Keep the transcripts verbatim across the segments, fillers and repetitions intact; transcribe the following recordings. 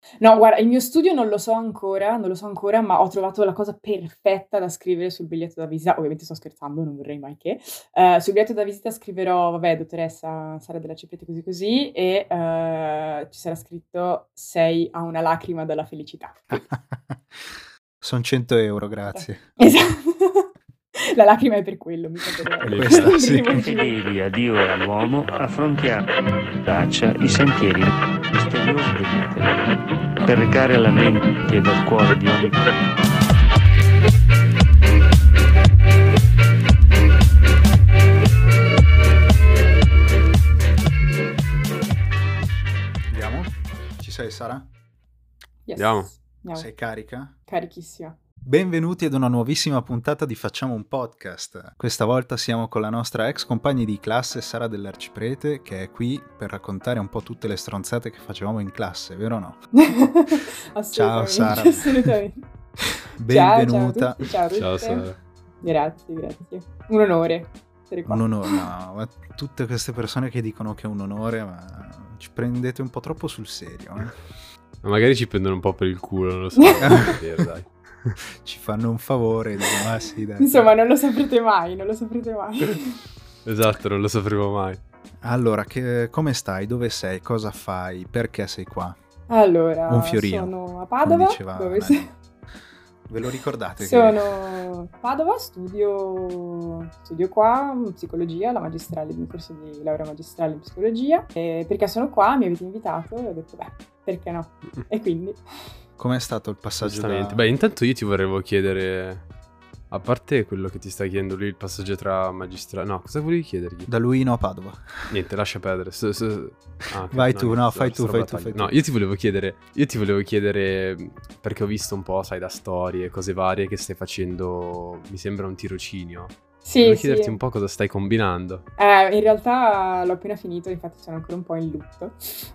No, guarda, il mio studio non lo so ancora, non lo so ancora, ma ho trovato la cosa perfetta da scrivere sul biglietto da visita. Ovviamente sto scherzando, non vorrei mai che. Eh, sul biglietto da visita scriverò, vabbè, dottoressa Sara della Ciprete così così, e eh, ci sarà scritto sei a una lacrima dalla felicità. Sono cento euro, grazie. Esatto. La lacrima è per quello, mi fa vedere. Questa, sì. Fedeli a Dio e all'uomo, affrontiamo traccia i sentieri misteriosi dell'Interno per recare alla mente ed al cuore di ogni Andiamo? Ci sei, Sara? Yes. Andiamo. Andiamo. Sei carica? Carichissima. Benvenuti ad una nuovissima puntata di Facciamo un podcast. Questa volta siamo con la nostra ex compagna di classe Sara dell'Arciprete, che è qui per raccontare un po' tutte le stronzate che facevamo in classe, vero o no? Ciao Sara. Assolutamente. Benvenuta. Ciao, ciao, a tutti. Ciao ciao Sara. Grazie, grazie. Un onore. Un onore, no, ma tutte queste persone che dicono che è un onore, ma ci prendete un po' troppo sul serio, eh? Ma magari ci prendono un po' per il culo, non lo so. Vero, dai. Ci fanno un favore, dicono, ah sì, dai. Insomma, non lo saprete mai, non lo saprete mai. Esatto, non lo sapremo mai. Allora, che, come stai? Dove sei? Cosa fai? Perché sei qua? Allora, Un fiorino, sono a Padova, come diceva dove Nani. sei? Ve lo ricordate? Sono a Padova, studio, studio qua psicologia, la magistrale, il corso di laurea magistrale in psicologia, e perché sono qua, mi avete invitato e ho detto beh, perché no? E quindi... Com'è stato il passaggio Giustamente. da... Beh, intanto io ti volevo chiedere, a parte quello che ti sta chiedendo lui, il passaggio tra magistrale... No, cosa volevi chiedergli? da Luino a Padova? Niente, lascia perdere. S- s- ah, ok, Vai tu, no, niente, fai tu, sta fai roba tu, taglia. fai tu. No, io ti volevo chiedere, io ti volevo chiedere, perché ho visto un po', sai, da storie, cose varie che stai facendo, mi sembra un tirocinio. Sì, Volevo sì. chiederti un po' cosa stai combinando. Eh, in realtà l'ho appena finito, infatti sono ancora un po' in lutto.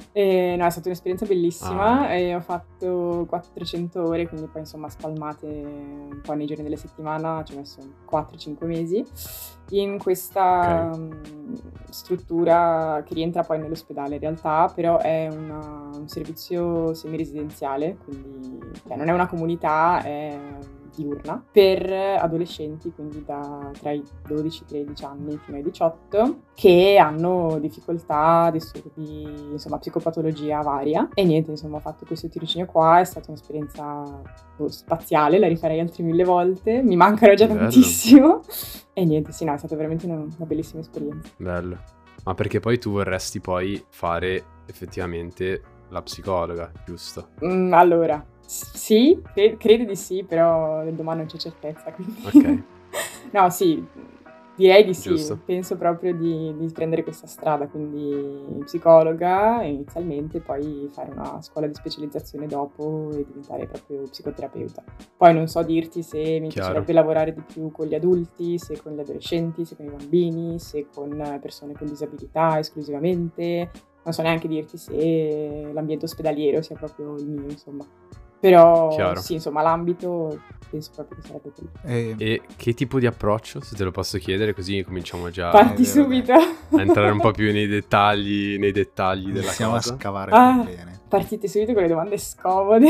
E, no, è stata un'esperienza bellissima Ah. e ho fatto quattrocento ore, quindi poi insomma spalmate un po' nei giorni della settimana, ci ho messo quattro cinque mesi in questa Ok. mh, struttura che rientra poi nell'ospedale in realtà, però è una- un servizio semiresidenziale, quindi cioè, non è una comunità, è diurna, per adolescenti, quindi da tra i dodici tredici anni fino ai diciotto, che hanno difficoltà, disturbi, insomma, psicopatologia varia. E niente, insomma, ho fatto questo tirocinio qua, è stata un'esperienza boh, spaziale, la rifarei altre mille volte, mi mancano già Bello. tantissimo. E niente, sì, no, è stata veramente una, una bellissima esperienza. Bello. Ma perché poi tu vorresti poi fare effettivamente la psicologa, giusto? Mm, allora, s- sì, cre- credo di sì, però del domani non c'è certezza, quindi... Ok. No, sì, direi di sì, Giusto. penso proprio di, di prendere questa strada, quindi psicologa inizialmente, poi fare una scuola di specializzazione dopo e diventare proprio psicoterapeuta. Poi non so dirti se mi Chiaro. piacerebbe lavorare di più con gli adulti, se con gli adolescenti, se con i bambini, se con persone con disabilità esclusivamente. Non so neanche dirti se l'ambiente ospedaliero sia proprio il mio, insomma. Però Chiaro. sì, insomma, l'ambito penso proprio che sarebbe quello. Eh, E che tipo di approccio, se te lo posso chiedere, così cominciamo già Parti è vero, subito. a entrare un po' più nei dettagli, nei dettagli della iniziamo cosa. a scavare Ah, per bene. partite subito con le domande scomode.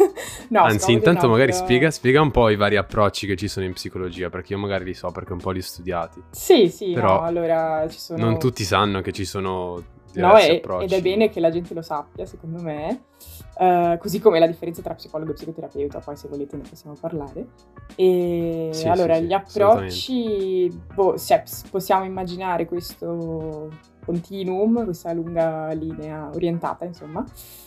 No, Anzi, scomode intanto no, magari però- spiega, spiega un po' i vari approcci che ci sono in psicologia, perché io magari li so perché un po' li ho studiati. Sì, sì, Però no, allora ci sono... Non tutti sanno che ci sono No, diversi e- approcci. ed è bene che la gente lo sappia, secondo me. Eh, così come la differenza tra psicologo e psicoterapeuta, poi se volete ne possiamo parlare. E Sì, allora, sì, sì, gli approcci, boh, cioè, s- possiamo immaginare questo continuum, questa lunga linea orientata, insomma,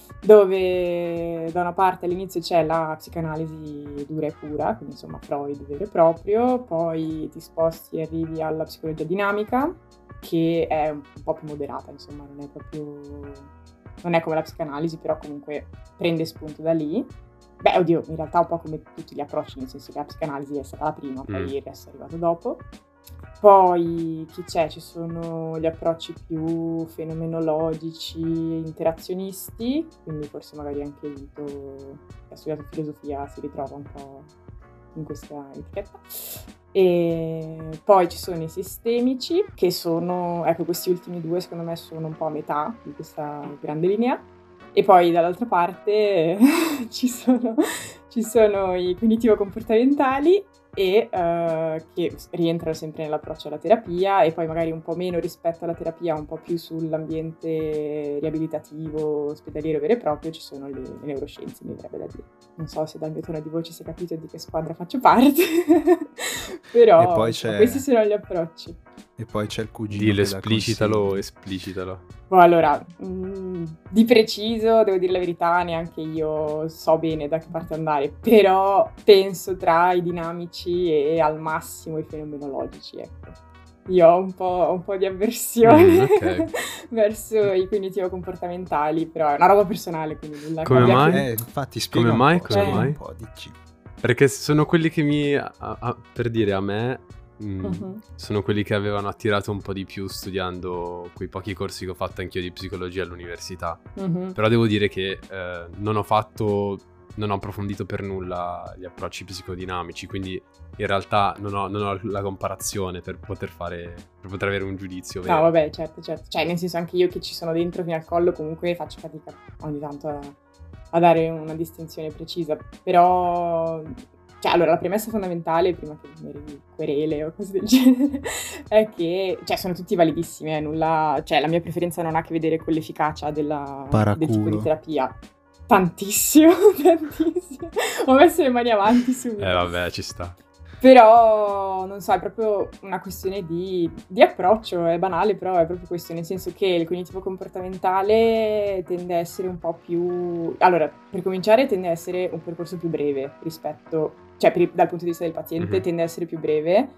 dove da una parte all'inizio c'è la psicanalisi dura e pura, quindi insomma Freud vero e proprio, poi ti sposti e arrivi alla psicologia dinamica, che è un po' più moderata, insomma, non è proprio... non è come la psicanalisi, però comunque prende spunto da lì. Beh, oddio, in realtà un po' come tutti gli approcci, nel senso che la psicanalisi è stata la prima, poi Mm. il resto è arrivato dopo. Poi chi c'è? Ci sono gli approcci più fenomenologici, interazionisti, quindi forse magari anche Vito, che ha studiato filosofia, si ritrova un po' in questa etichetta. E poi ci sono i sistemici, che sono, ecco, questi ultimi due secondo me sono un po' a metà di questa grande linea. E poi dall'altra parte ci sono, ci sono i cognitivo-comportamentali e uh, che rientrano sempre nell'approccio alla terapia, e poi magari un po' meno rispetto alla terapia, un po' più sull'ambiente riabilitativo, ospedaliero vero e proprio, ci sono le, le neuroscienze, mi verrebbe da dire. Non so se dal mio tono di voce si è capito di che squadra faccio parte, però e poi c'è... questi sono gli approcci. E poi c'è il cugino. Dillo, esplicitalo, esplicitalo. Boh, allora, mh, di preciso, devo dire la verità, neanche io so bene da che parte andare, però penso tra i dinamici e al massimo i fenomenologici, ecco. Io ho un po', un po' di avversione mm, okay. verso i cognitivo-comportamentali, però è una roba personale, quindi nulla. Come cambia mai? più. Eh, infatti, spiega Come un mai? po', Come spiega mai? un po', dici. Perché sono quelli che mi... a- a- per dire a me... mm, Mhm. sono quelli che avevano attirato un po' di più studiando quei pochi corsi che ho fatto anch'io di psicologia all'università. Mhm. Però devo dire che eh, non ho fatto, non ho approfondito per nulla gli approcci psicodinamici, quindi in realtà non ho, non ho la comparazione per poter fare, per poter avere un giudizio vero. No, vabbè, certo, certo. Cioè, nel senso, anche io che ci sono dentro fino al collo, comunque faccio fatica ogni tanto a, a dare una distinzione precisa. Però, cioè, allora, la premessa fondamentale, prima che mi arrivi querele o cose del genere, è che, cioè, sono tutti validissimi, eh, nulla... Cioè, la mia preferenza non ha a che vedere con l'efficacia della, del tipo Paraculo. di terapia. Tantissimo, tantissimo. Ho messo le mani avanti su. Eh vabbè, ci sta. Però, non so, è proprio una questione di, di approccio, è banale, però è proprio questo, nel senso che il cognitivo comportamentale tende a essere un po' più... Allora, per cominciare tende a essere un percorso più breve rispetto... Cioè, per- dal punto di vista del paziente Mhm. tende a essere più breve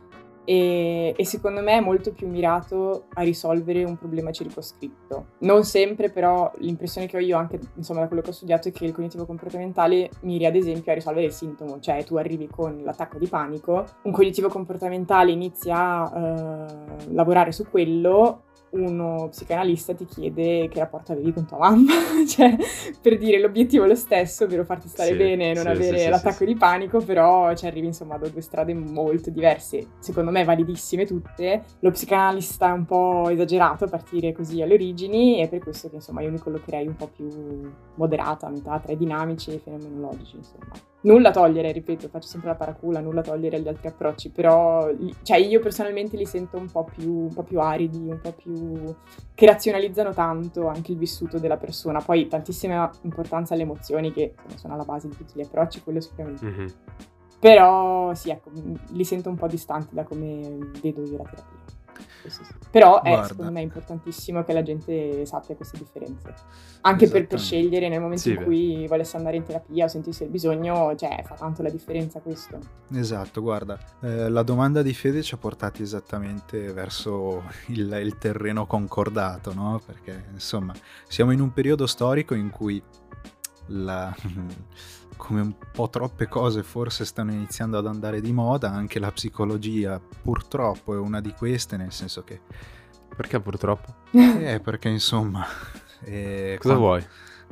e, e secondo me è molto più mirato a risolvere un problema circoscritto. Non sempre, però l'impressione che ho io anche, insomma, da quello che ho studiato è che il cognitivo comportamentale miri ad esempio a risolvere il sintomo, cioè tu arrivi con l'attacco di panico, un cognitivo comportamentale inizia a eh, lavorare su quello, uno psicanalista ti chiede che rapporto avevi con tua mamma, cioè per dire l'obiettivo è lo stesso, ovvero farti stare Sì, bene e non sì, avere sì, sì, l'attacco sì, sì. di panico, però ci arrivi insomma da due strade molto diverse, secondo me validissime tutte. Lo psicanalista è un po' esagerato a partire così alle origini, e per questo che insomma io mi collocherei un po' più moderata, a metà tra i dinamici e i fenomenologici, insomma. Nulla togliere, ripeto, faccio sempre la paracula, nulla togliere agli altri approcci, però li- cioè io personalmente li sento un po' più, un po' più aridi, un po' più che razionalizzano tanto anche il vissuto della persona. Poi tantissima importanza alle emozioni che insomma, sono alla base di tutti gli approcci, quello sicuramente. Mhm. Però sì, ecco, m- li sento un po' distanti da come vedo io la terapia. Questo sì. Però è Guarda. secondo me importantissimo che la gente sappia queste differenze. Anche per, per Esattamente. scegliere nel momento Sì, in beh. cui volesse andare in terapia o sentisse il bisogno, cioè fa tanto la differenza questo. Esatto, guarda, eh, la domanda di Fede ci ha portati esattamente verso il, il terreno concordato, no? Perché insomma siamo in un periodo storico in cui la, come un po' troppe cose forse stanno iniziando ad andare di moda, anche la psicologia purtroppo è una di queste, nel senso che Perché purtroppo? eh, perché insomma eh, Cosa quando- vuoi?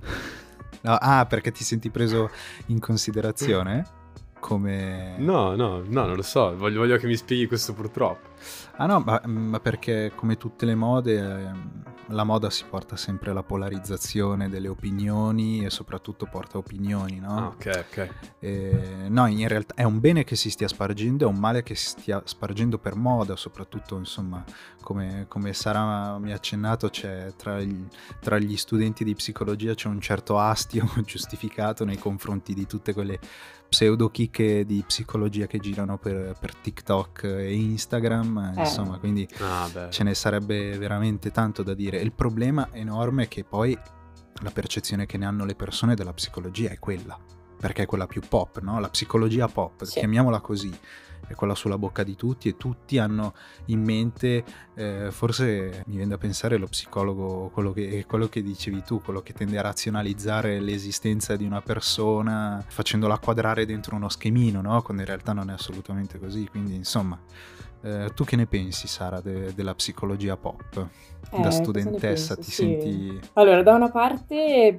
No, ah, perché ti senti preso in considerazione come... No, no, no, non lo so. Voglio, voglio che mi spieghi questo purtroppo. Ah no, ma, ma perché come tutte le mode, ehm, la moda si porta sempre alla polarizzazione delle opinioni e soprattutto porta opinioni, no? Ah, ok, ok. Eh, no, in realtà è un bene che si stia spargendo, è un male che si stia spargendo per moda, soprattutto insomma, come, come Sara mi ha accennato, c'è tra, il- tra gli studenti di psicologia c'è un certo astio giustificato nei confronti di tutte quelle pseudo chicche di psicologia che girano per, per TikTok e Instagram, Eh. insomma, quindi Ah, beh. ce ne sarebbe veramente tanto da dire. Il problema enorme è che poi la percezione che ne hanno le persone della psicologia è quella, perché è quella più pop, no? La psicologia pop, Sì. chiamiamola così, è quella sulla bocca di tutti e tutti hanno in mente, eh, forse mi viene da pensare lo psicologo, quello che, quello che dicevi tu, quello che tende a razionalizzare l'esistenza di una persona facendola quadrare dentro uno schemino, no? Quando in realtà non è assolutamente così, quindi insomma... Eh, tu che ne pensi, Sara, de- della psicologia pop? Eh, Da cosa studentessa ne penso? ti Sì. senti... Allora, da una parte,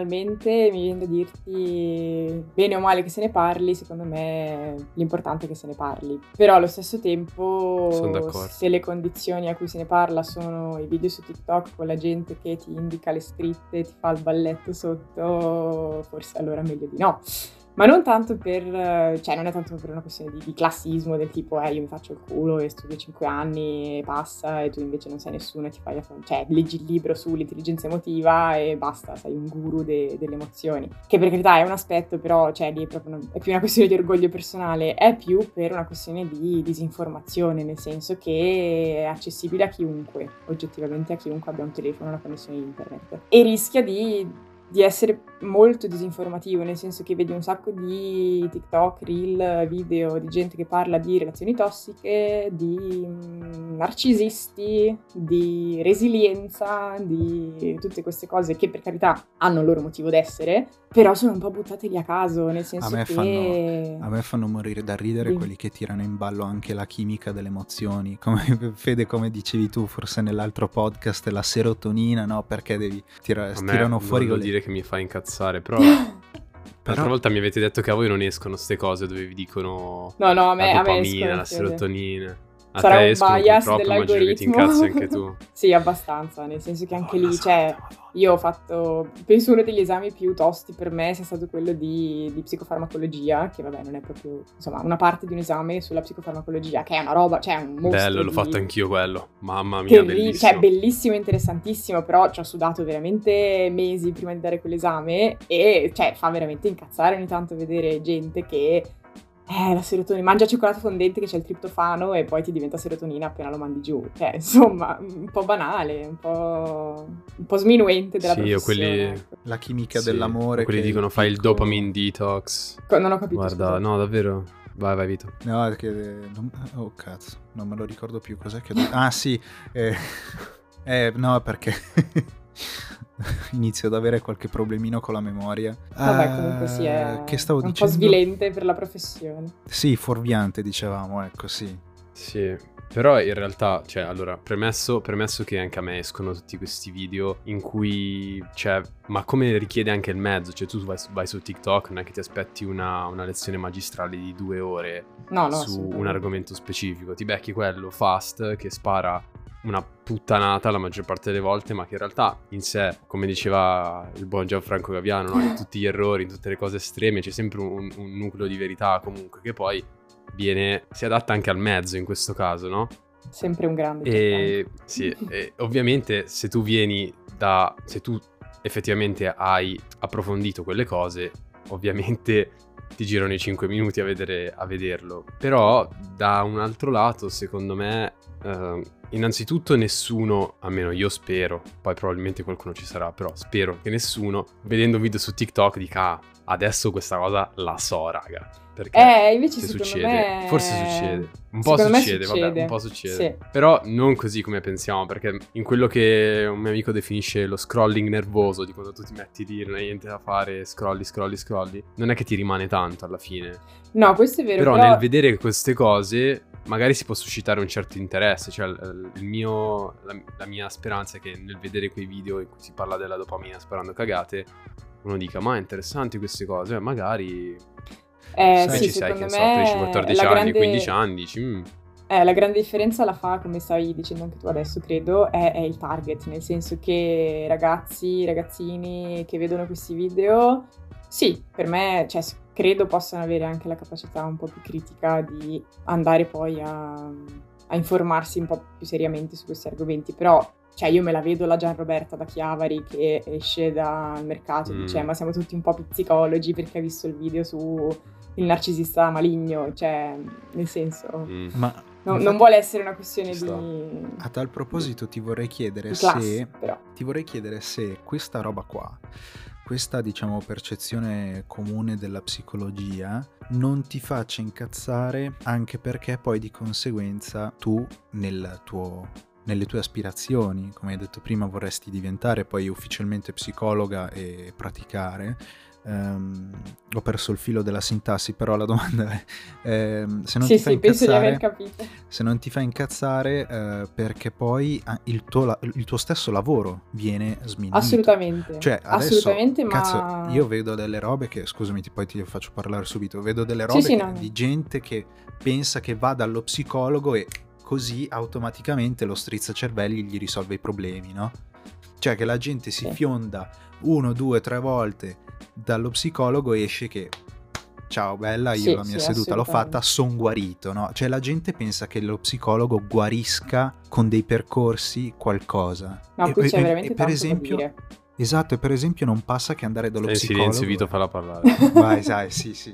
personalmente, mi viene da dirti, bene o male che se ne parli, secondo me l'importante è che se ne parli. Però allo stesso tempo, Sono d'accordo. se le condizioni a cui se ne parla sono i video su TikTok con la gente che ti indica le scritte, ti fa il balletto sotto, forse allora meglio di no. Ma non tanto per, cioè non è tanto per una questione di, di classismo del tipo eh io mi faccio il culo e studio cinque anni e passa e tu invece non sai nessuno e ti fai, cioè leggi il libro sull'intelligenza emotiva e basta, sei un guru de, delle emozioni, che per carità è un aspetto, però cioè lì è, proprio una, è più una questione di orgoglio personale, è più per una questione di disinformazione, nel senso che è accessibile a chiunque, oggettivamente a chiunque abbia un telefono e una connessione internet, e rischia di di essere molto disinformativo, nel senso che vedi un sacco di TikTok, reel, video di gente che parla di relazioni tossiche, di mh, narcisisti, di resilienza, di tutte queste cose che per carità hanno il loro motivo d'essere, però sono un po' buttate lì a caso, nel senso a me che... Fanno, a me fanno morire da ridere Sì. quelli che tirano in ballo anche la chimica delle emozioni, come Fede, come dicevi tu forse nell'altro podcast, la serotonina, no? Perché devi tirare, A me tirano non fuori vuol con le... dire che mi fa incazzare, però Però- l'altra volta mi avete detto che a voi non escono ste cose dove vi dicono No, no, a me, la a me dopamina, escono, la Fede. serotonina. A Sarà te un escono bias purtroppo, immagino che ti dell'algoritmo. incazzi anche tu. Sì, abbastanza, nel senso che anche Madonna lì, cioè, santa, Madonna. io ho fatto, penso uno degli esami più tosti per me sia stato quello di, di psicofarmacologia, che vabbè non è proprio, insomma, una parte di un esame sulla psicofarmacologia, che è una roba, cioè un mostro Bello, l'ho di- fatto anch'io quello. Mamma mia, Terri- bellissimo. cioè bellissimo e interessantissimo, però ci ho sudato veramente mesi prima di dare quell'esame e cioè fa veramente incazzare ogni tanto vedere gente che eh, la serotonina, mangia cioccolato fondente che c'è il triptofano e poi ti diventa serotonina appena lo mandi giù, cioè insomma un po' banale, un po', un po' sminuente della Sì, o professione. quelli- ecco. La chimica Sì, dell'amore. quelli che dicono fai il picco- dopamine detox. Non ho capito. Guarda, scusate. no, davvero. Vai, vai, Vito. No, è che non... oh cazzo, non me lo ricordo più cos'è che ho detto. Ah sì, eh, eh, no perché inizio ad avere qualche problemino con la memoria. Vabbè, Eh, comunque sì, è, che stavo è un dicendo? po' svilente per la professione. Sì, fuorviante dicevamo, ecco sì. Sì, però in realtà, cioè, allora, premesso, premesso che anche a me escono tutti questi video in cui, cioè, ma come richiede anche il mezzo, cioè tu vai, su- vai su TikTok, non è che ti aspetti una, una lezione magistrale di due ore No, no, su un assolutamente. argomento specifico, ti becchi quello fast che spara una puttanata la maggior parte delle volte, ma che in realtà in sé, come diceva il buon Gianfranco Gaviano, no? In tutti gli errori, in tutte le cose estreme, c'è sempre un, un nucleo di verità comunque che poi viene, si adatta anche al mezzo in questo caso, no? Sempre un grande. E sì, e ovviamente se tu vieni da, se tu effettivamente hai approfondito quelle cose, ovviamente ti girano i cinque minuti a vedere, a vederlo. Però da un altro lato, secondo me, eh, innanzitutto nessuno, almeno io spero, poi probabilmente qualcuno ci sarà, però spero che nessuno, vedendo un video su TikTok, dica ah, adesso questa cosa la so, raga. Perché Eh, invece se secondo succede, me... forse succede, un po' secondo me succede, vabbè, un po' succede. Sì. Però non così come pensiamo, perché in quello che un mio amico definisce lo scrolling nervoso, di quando tu ti metti lì, non hai niente da fare, scrolli, scrolli, scrolli, non è che ti rimane tanto alla fine. No, questo è vero, Però, però... nel vedere queste cose magari si può suscitare un certo interesse, cioè il il mio, la, la mia speranza è che nel vedere quei video in cui si parla della dopamina sparando cagate, uno dica ma è interessante queste cose, eh, magari... Eh, Poi sì, ci sei, secondo che ne so, me tredici quattordici la anni, grande- quindici anni, dici... "Mm, Eh, la grande differenza la fa, come stai dicendo anche tu adesso, credo, è, è il target, nel senso che ragazzi, ragazzini che vedono questi video, sì, per me, cioè, s- credo possano avere anche la capacità un po' più critica di andare poi a, a informarsi un po' più seriamente su questi argomenti, però, cioè, io me la vedo la Gianroberta da Chiavari che esce dal mercato e Mm. dice, ma siamo tutti un po' psicologi perché ha visto il video su il narcisista maligno, cioè, nel senso... mm". Ma No- infatti, non vuole essere una questione Ci sta. di, a tal proposito ti vorrei chiedere di classe, se però. ti vorrei chiedere se questa roba qua, questa diciamo percezione comune della psicologia non ti faccia incazzare, anche perché poi di conseguenza tu nel tuo nelle tue aspirazioni, come hai detto prima, vorresti diventare poi ufficialmente psicologa e praticare, ehm, ho perso il filo della sintassi, però la domanda è ehm, se non Sì, ti fa sì, penso di aver incazzare, capito. se non ti fa incazzare eh, perché poi ah, il tuo, la- il tuo stesso lavoro viene sminuito. Assolutamente, Cioè, adesso, assolutamente, cazzo, ma... io vedo delle robe che, scusami, ti- poi ti faccio parlare subito, vedo delle Sì, robe sì, che- no, no. di gente che pensa che va dallo psicologo e così automaticamente lo strizzacervelli gli risolve i problemi, no? Cioè che la gente si Sì. fionda uno, due, tre volte dallo psicologo e esce che ciao bella, io Sì, la mia sì, seduta l'ho assolutamente. fatta, son guarito, no? Cioè la gente pensa che lo psicologo guarisca con dei percorsi qualcosa. No, E, qui c'è e- veramente e per tanto da esempio, dire. esatto, e per esempio non passa che andare dallo Stai in psicologo. silenzio, Vito, falla parlare. Vai, sai, sì, sì.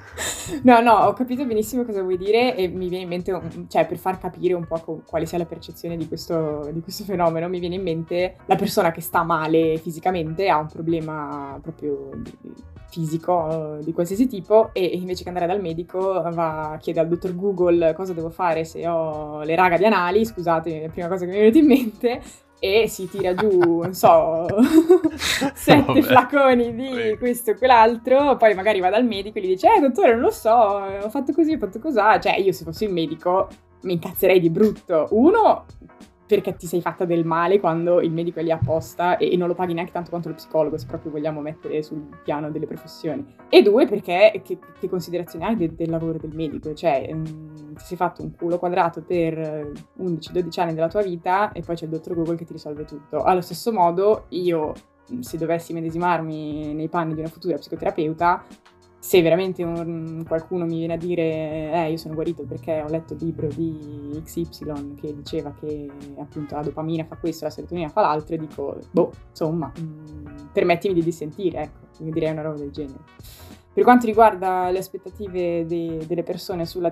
No, no, ho capito benissimo cosa vuoi dire e mi viene in mente, un- cioè per far capire un po' co- quale sia la percezione di questo, di questo fenomeno, mi viene in mente la persona che sta male fisicamente, ha un problema proprio di- fisico eh, di qualsiasi tipo e invece che andare dal medico va, chiede al dottor Google cosa devo fare se ho le raghe di anali, scusate, è la prima cosa che mi è venuta in mente, e si tira giù, non so, sette Vabbè. flaconi di Prego. questo e quell'altro, poi magari va dal medico e gli dice, eh dottore non lo so, ho fatto così, ho fatto cos'ha, cioè io se fossi il medico mi incazzerei di brutto, uno perché ti sei fatta del male quando il medico è lì apposta e, e non lo paghi neanche tanto quanto lo psicologo, se proprio vogliamo mettere sul piano delle professioni, e due perché che, che considerazione hai de- del lavoro del medico, cioè mm, ti sei fatto un culo quadrato per undici dodici anni della tua vita e poi c'è il dottor Google che ti risolve tutto. Allo stesso modo io, se dovessi medesimarmi nei panni di una futura psicoterapeuta, se veramente un- qualcuno mi viene a dire eh io sono guarito perché ho letto il libro di X Y che diceva che appunto la dopamina fa questo, la serotonina fa l'altro, e dico boh, insomma, mh, permettimi di dissentire, ecco, quindi direi una roba del genere. Per quanto riguarda le aspettative de- delle persone sulla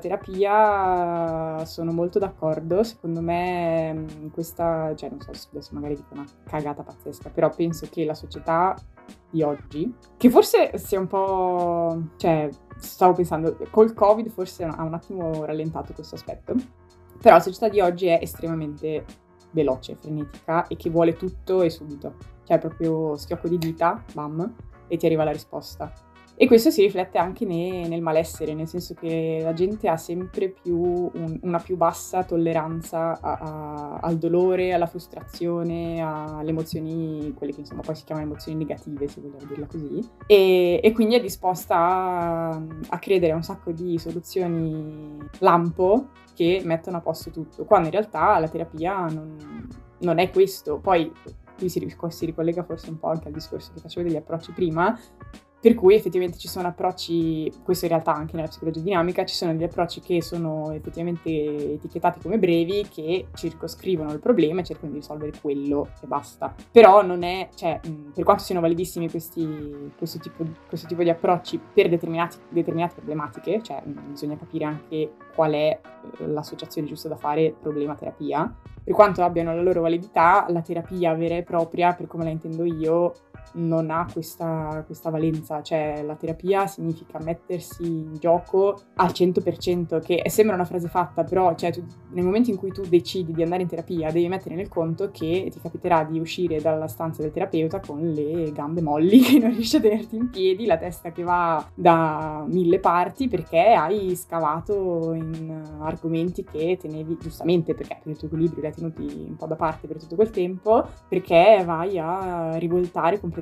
terapia, sono molto d'accordo. Secondo me mh, questa, cioè non so, adesso magari dico una cagata pazzesca, però penso che la società di oggi, che forse sia un po', cioè stavo pensando, col Covid forse ha un attimo rallentato questo aspetto, però la società di oggi è estremamente veloce, frenetica e che vuole tutto e subito, cioè proprio schiocco di dita, bam, e ti arriva la risposta. E questo si riflette anche ne- nel malessere, nel senso che la gente ha sempre più un- una più bassa tolleranza a- a- al dolore, alla frustrazione, alle emozioni, quelle che insomma poi si chiamano emozioni negative, se vogliamo dirla così, e, e quindi è disposta a, a credere a un sacco di soluzioni lampo che mettono a posto tutto, quando in realtà la terapia non, non è questo. Poi qui si, ri- si ricollega forse un po' anche al discorso che facevo degli approcci prima, per cui effettivamente ci sono approcci, questo in realtà anche nella psicologia dinamica, ci sono degli approcci che sono effettivamente etichettati come brevi, che circoscrivono il problema e cercano di risolvere quello e basta. Però non è, cioè, mh, per quanto siano validissimi questi, questo, tipo, questo tipo di approcci per determinati, determinate problematiche, cioè mh, bisogna capire anche qual è eh, l'associazione giusta da fare problema-terapia, per quanto abbiano la loro validità, la terapia vera e propria, per come la intendo io, non ha questa, questa valenza, cioè la terapia significa mettersi in gioco al cento per cento, che sembra una frase fatta, però cioè, tu, nel momento in cui tu decidi di andare in terapia devi mettere nel conto che ti capiterà di uscire dalla stanza del terapeuta con le gambe molli, che non riesci a tenerti in piedi, la testa che va da mille parti perché hai scavato in argomenti che tenevi giustamente, perché per il tuo equilibrio li hai tenuti un po' da parte per tutto quel tempo, perché vai a rivoltare completamente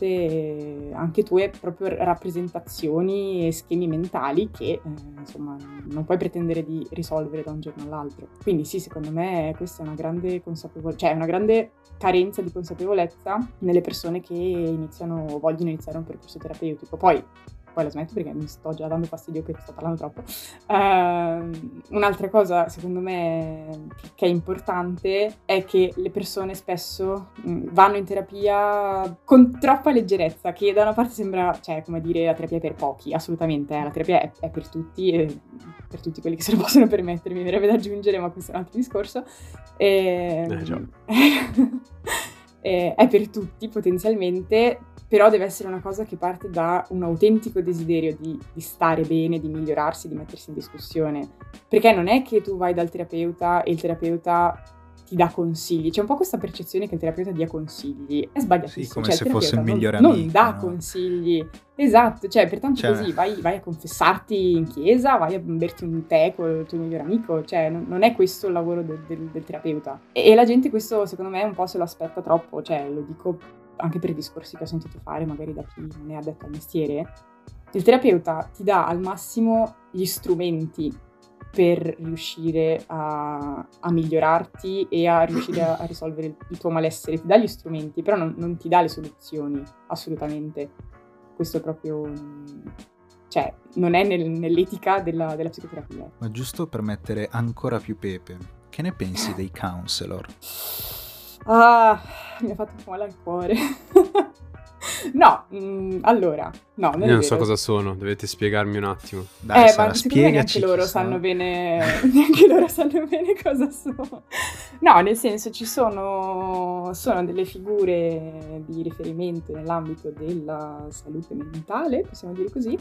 anche tue proprio rappresentazioni e schemi mentali che eh, insomma non puoi pretendere di risolvere da un giorno all'altro. Quindi sì, secondo me questa è una grande consapevolezza, cioè una grande carenza di consapevolezza nelle persone che iniziano o vogliono iniziare un percorso terapeutico. Poi poi la smetto perché mi sto già dando fastidio che sto parlando troppo. Uh, un'altra cosa, secondo me, che è importante è che le persone spesso mh, vanno in terapia con troppa leggerezza, che da una parte sembra, cioè, come dire, la terapia è per pochi, assolutamente, eh, la terapia è, è per tutti, e per tutti quelli che se lo possono permettere, mi verrebbe da aggiungere, ma questo è un altro discorso. E, Eh, già. è per tutti potenzialmente, però deve essere una cosa che parte da un autentico desiderio di, di stare bene, di migliorarsi, di mettersi in discussione, perché non è che tu vai dal terapeuta e il terapeuta ti dà consigli. C'è un po' questa percezione che il terapeuta dia consigli. È sbagliatissimo. Sì, come cioè, se il fosse il terapeuta migliore non, amico. non dà no? consigli. Esatto, cioè pertanto Cioè- così vai, vai a confessarti in chiesa, vai a berti un tè con il tuo migliore amico, cioè non, non è questo il lavoro del, del- del terapeuta. E, e la gente questo secondo me un po' se lo aspetta troppo, cioè lo dico anche per i discorsi che ho sentito fare magari da chi non è addetto al mestiere. Il terapeuta ti dà al massimo gli strumenti per riuscire a, a migliorarti e a riuscire a, a risolvere il, il tuo malessere. Ti dà gli strumenti, però non, non ti dà le soluzioni, assolutamente. Questo proprio... cioè, non è nel- nell'etica della, della psicoterapia. Ma giusto per mettere ancora più pepe, che ne pensi dei counselor? Ah, mi ha fatto un po' male al cuore. No, mm, allora, no, non Io è non so vero. cosa sono, dovete spiegarmi un attimo. Dai, eh, Sara, ma secondo me neanche spiegaci loro chi sono. sanno bene, neanche loro sanno bene cosa sono. No, nel senso ci sono, sono delle figure di riferimento nell'ambito della salute mentale, possiamo dire così,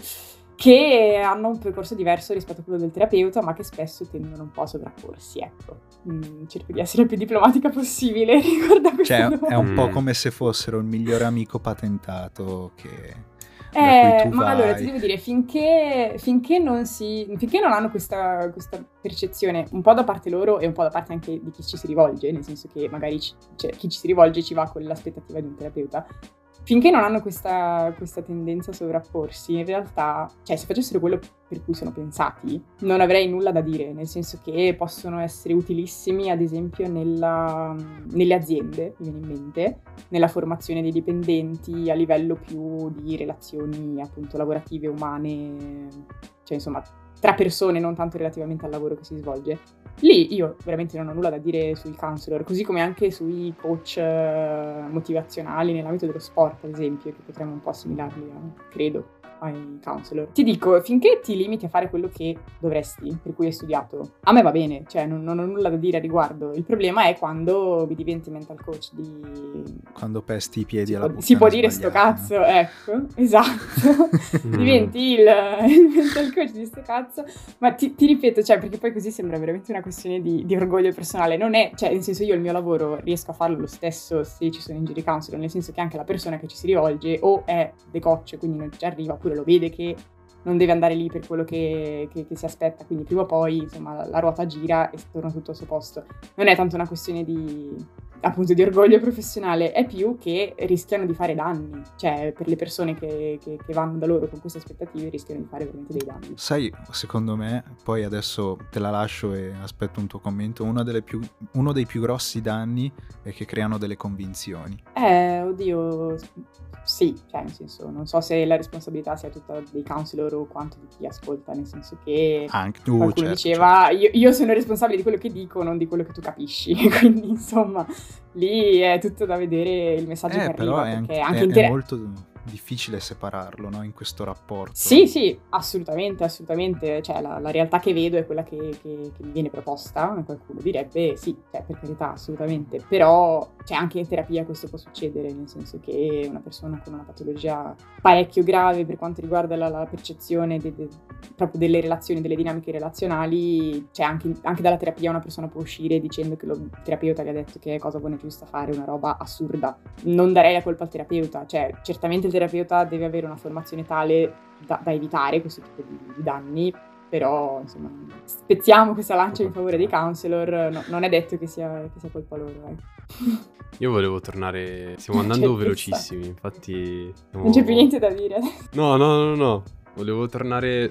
che hanno un percorso diverso rispetto a quello del terapeuta, ma che spesso tendono un po' a sovrapporsi, ecco. Mm, cerco di essere il più diplomatica possibile riguardo a questo. Cioè, è un po' Mm. come se fossero il migliore amico patentato che... da Eh, cui tu ma vai. allora ti devo dire, finché, finché non si, finché non hanno questa, questa percezione un po' da parte loro e un po' da parte anche di chi ci si rivolge, nel senso che magari ci- cioè, chi ci si rivolge ci va con l'aspettativa di un terapeuta, finché non hanno questa, questa tendenza a sovrapporsi, in realtà, cioè se facessero quello per cui sono pensati, non avrei nulla da dire, nel senso che possono essere utilissimi, ad esempio, nella- nelle aziende, mi viene in mente, nella formazione dei dipendenti a livello più di relazioni appunto lavorative, umane, cioè insomma tra persone, non tanto relativamente al lavoro che si svolge. Lì io veramente non ho nulla da dire sui counselor, così come anche sui coach eh, motivazionali nell'ambito dello sport, ad esempio, che potremmo un po' assimilarli, a- credo, ai counselor. Ti dico, finché ti limiti a fare quello che dovresti, per cui hai studiato, a me va bene, cioè non, non ho nulla da dire a riguardo. Il problema è quando mi diventi mental coach di... Quando pesti i piedi Si alla può, puttana si può dire sto sbagliata, no? cazzo, ecco, esatto. Mm. Diventi il, il mental coach di sto cazzo. Ma ti, ti ripeto, cioè, perché poi così sembra veramente una questione di, di orgoglio personale. Non è, cioè, nel senso, io il mio lavoro riesco a farlo lo stesso se ci sono in giro i counselor, nel senso che anche la persona che ci si rivolge o è decocce, quindi non ci arriva, oppure lo vede che non deve andare lì per quello che, che- che si aspetta, quindi prima o poi, insomma, la, la ruota gira e torna tutto al suo posto. Non è tanto una questione di, appunto, di orgoglio professionale, è più che rischiano di fare danni, cioè per le persone che, che- che vanno da loro con queste aspettative rischiano di fare veramente dei danni. Sai, secondo me, poi adesso te la lascio e aspetto un tuo commento, una delle più- uno dei più grossi danni è che creano delle convinzioni. Eh, oddio, sì, cioè nel senso, non so se la responsabilità sia tutta dei counselor o quanto di chi ascolta, nel senso che Anche tu, qualcuno certo, diceva io, io sono responsabile di quello che dico, non di quello che tu capisci, quindi insomma lì è tutto da vedere il messaggio certo. che Eh, però arriva, è, perché anche, anche è- in è tele- molto difficile separarlo, no? In questo rapporto. Sì, sì, assolutamente, assolutamente, cioè la, la realtà che vedo è quella che, che- che mi viene proposta, qualcuno direbbe sì, cioè, per carità, assolutamente, però cioè, anche in terapia questo può succedere, nel senso che una persona con una patologia parecchio grave per quanto riguarda la, la percezione de- de- proprio delle relazioni, delle dinamiche relazionali, cioè anche, anche dalla terapia una persona può uscire dicendo che lo il terapeuta gli ha detto che è cosa buona e giusta fare, una roba assurda. Non darei la colpa al terapeuta, cioè certamente il terapeuta deve avere una formazione tale da, da evitare questo tipo di, di danni, però insomma spezziamo questa lancia in favore dei counselor, no, non è detto che sia, che sia colpa loro. Eh. Io volevo tornare, stiamo andando Certezza. velocissimi, infatti... siamo- Non c'è più niente da dire. No, no, no, no, volevo tornare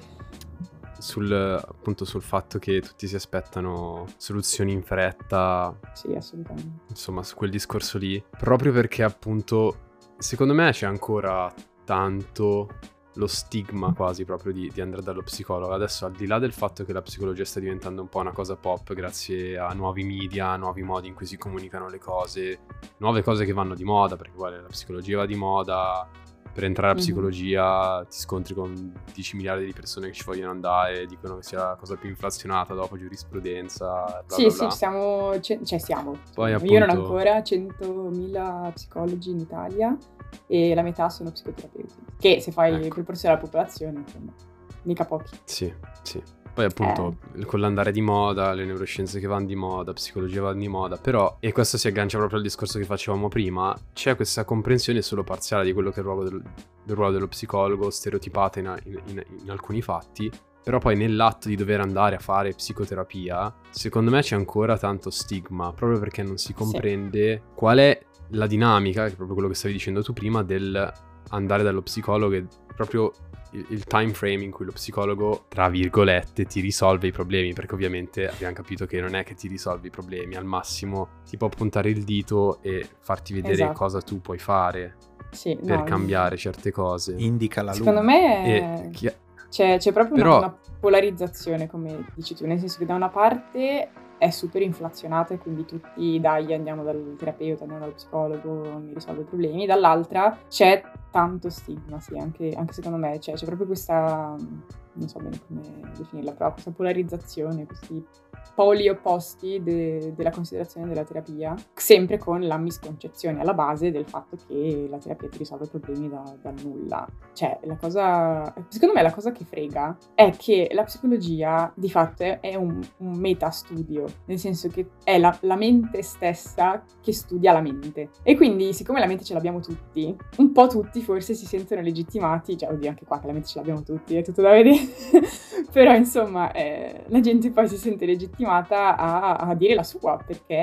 sul, appunto, sul fatto che tutti si aspettano soluzioni in fretta, Sì, assolutamente. insomma, su quel discorso lì, proprio perché appunto, secondo me c'è ancora tanto lo stigma quasi proprio di, di andare dallo psicologo. Adesso, al di là del fatto che la psicologia sta diventando un po' una cosa pop grazie a nuovi media, nuovi modi in cui si comunicano le cose, nuove cose che vanno di moda, perché guarda, la psicologia va di moda. Per entrare alla Mhm. psicologia ti scontri con dieci miliardi di persone che ci vogliono andare, dicono che sia la cosa più inflazionata dopo giurisprudenza, bla Sì, bla sì, bla. siamo, ce- cioè siamo. Poi, Io non appunto- ancora centomila psicologi in Italia e la metà sono psicoterapeuti, che se fai Ecco. proporzione alla popolazione, insomma, mica pochi. Sì, sì. Poi appunto Eh. con l'andare di moda, le neuroscienze che vanno di moda, psicologia va di moda, però, e questo si aggancia proprio al discorso che facevamo prima, c'è questa comprensione solo parziale di quello che è il ruolo, del, del ruolo dello psicologo, stereotipata in, in, in, in alcuni fatti, però poi nell'atto di dover andare a fare psicoterapia, secondo me c'è ancora tanto stigma, proprio perché non si comprende sì. qual è la dinamica, che è proprio quello che stavi dicendo tu prima, del andare dallo psicologo e proprio il, il time frame in cui lo psicologo, tra virgolette, ti risolve i problemi, perché ovviamente abbiamo capito che non è che ti risolve i problemi, al massimo ti può puntare il dito e farti vedere esatto. cosa tu puoi fare sì, per no, cambiare certe cose. Indica la secondo luna. me E chi... c'è, c'è proprio Però... una, una polarizzazione, come dici tu, nel senso che da una parte è super inflazionata e quindi tutti, dai, andiamo dal terapeuta, andiamo dallo psicologo, mi risolve i problemi, dall'altra c'è tanto stigma, sì, anche, anche secondo me, cioè, c'è proprio questa, non so bene come definirla, però questa polarizzazione, questi poli opposti de- della considerazione della terapia, sempre con la misconcezione alla base del fatto che la terapia ti risolve problemi da, da nulla. Cioè, la cosa, secondo me la cosa che frega è che la psicologia di fatto è un, un metastudio, nel senso che è la, la mente stessa che studia la mente. E quindi, siccome la mente ce l'abbiamo tutti, un po' tutti forse si sentono legittimati, cioè, oddio, anche qua che la mente ce l'abbiamo tutti, è tutto da vedere, però insomma, eh, la gente poi si sente legittimata A, a dire la sua,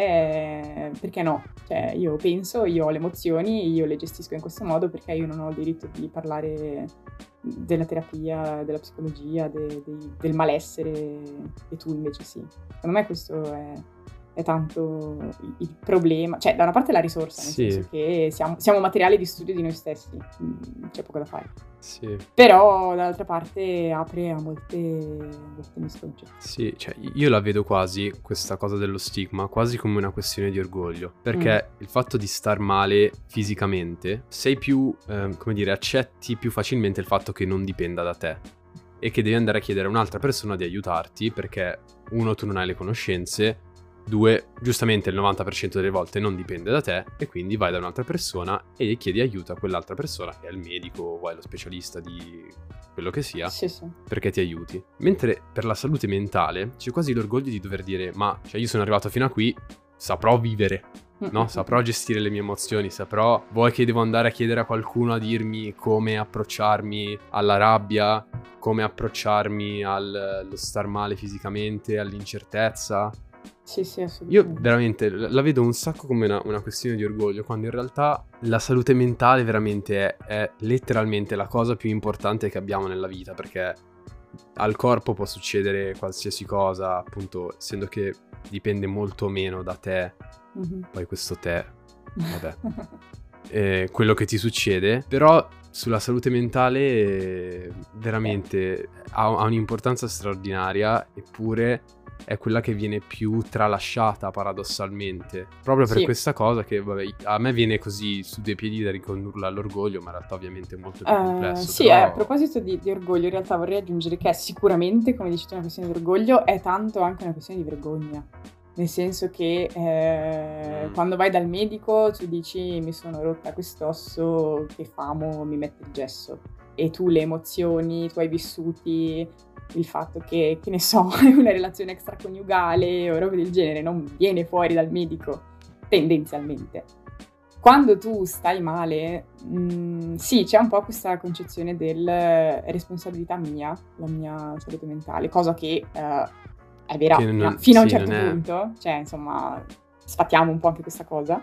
perché, perché no? Cioè, io penso, io ho le emozioni, io le gestisco in questo modo, perché io non ho il diritto di parlare della terapia, della psicologia, de, de, del malessere, e tu invece sì. Secondo me questo è, è tanto il problema, cioè da una parte la risorsa, nel sì. senso che siamo, siamo materiale di studio di noi stessi, c'è poco da fare. Sì. Però dall'altra parte apre a molte, molte misconcezioni. Sì, cioè io la vedo quasi, questa cosa dello stigma, quasi come una questione di orgoglio, perché mm. il fatto di star male fisicamente, sei più, eh, come dire, accetti più facilmente il fatto che non dipenda da te e che devi andare a chiedere a un'altra persona di aiutarti, perché uno, tu non hai le conoscenze, due, giustamente il novanta per cento delle volte non dipende da te e quindi vai da un'altra persona e gli chiedi aiuto a quell'altra persona, che è il medico o è lo specialista di quello che sia, sì, sì. perché ti aiuti. Mentre per la salute mentale c'è quasi l'orgoglio di dover dire: ma cioè, io sono arrivato fino a qui, saprò vivere, no? Saprò gestire le mie emozioni, saprò... Vuoi che devo andare a chiedere a qualcuno a dirmi come approcciarmi alla rabbia, come approcciarmi al, allo star male fisicamente, all'incertezza? Sì, sì, assolutamente. Io veramente la vedo un sacco come una, una questione di orgoglio, quando in realtà la salute mentale veramente è, è letteralmente la cosa più importante che abbiamo nella vita, perché al corpo può succedere qualsiasi cosa, appunto, essendo che dipende molto meno da te, mm-hmm. poi questo te, vabbè, eh, quello che ti succede, però sulla salute mentale veramente ha, ha un'importanza straordinaria, eppure è quella che viene più tralasciata paradossalmente, proprio per sì. questa cosa che vabbè, a me viene così su due piedi da ricondurla all'orgoglio, ma in realtà ovviamente è molto più complesso. Uh, sì, però... eh, a proposito di, di orgoglio, in realtà vorrei aggiungere che è sicuramente, come dici tu, una questione di orgoglio, è tanto anche una questione di vergogna. Nel senso che eh, mm. quando vai dal medico tu dici mi sono rotta quest'osso, che famo, mi mette il gesso. E tu le emozioni, i tuoi vissuti, il fatto che, che ne so, hai una relazione extraconiugale o roba del genere, non viene fuori dal medico, tendenzialmente. Quando tu stai male, mh, sì, c'è un po' questa concezione del responsabilità mia, la mia salute mentale, cosa che uh, è vera che non, fino a un sì, certo punto, cioè insomma sfattiamo un po' anche questa cosa.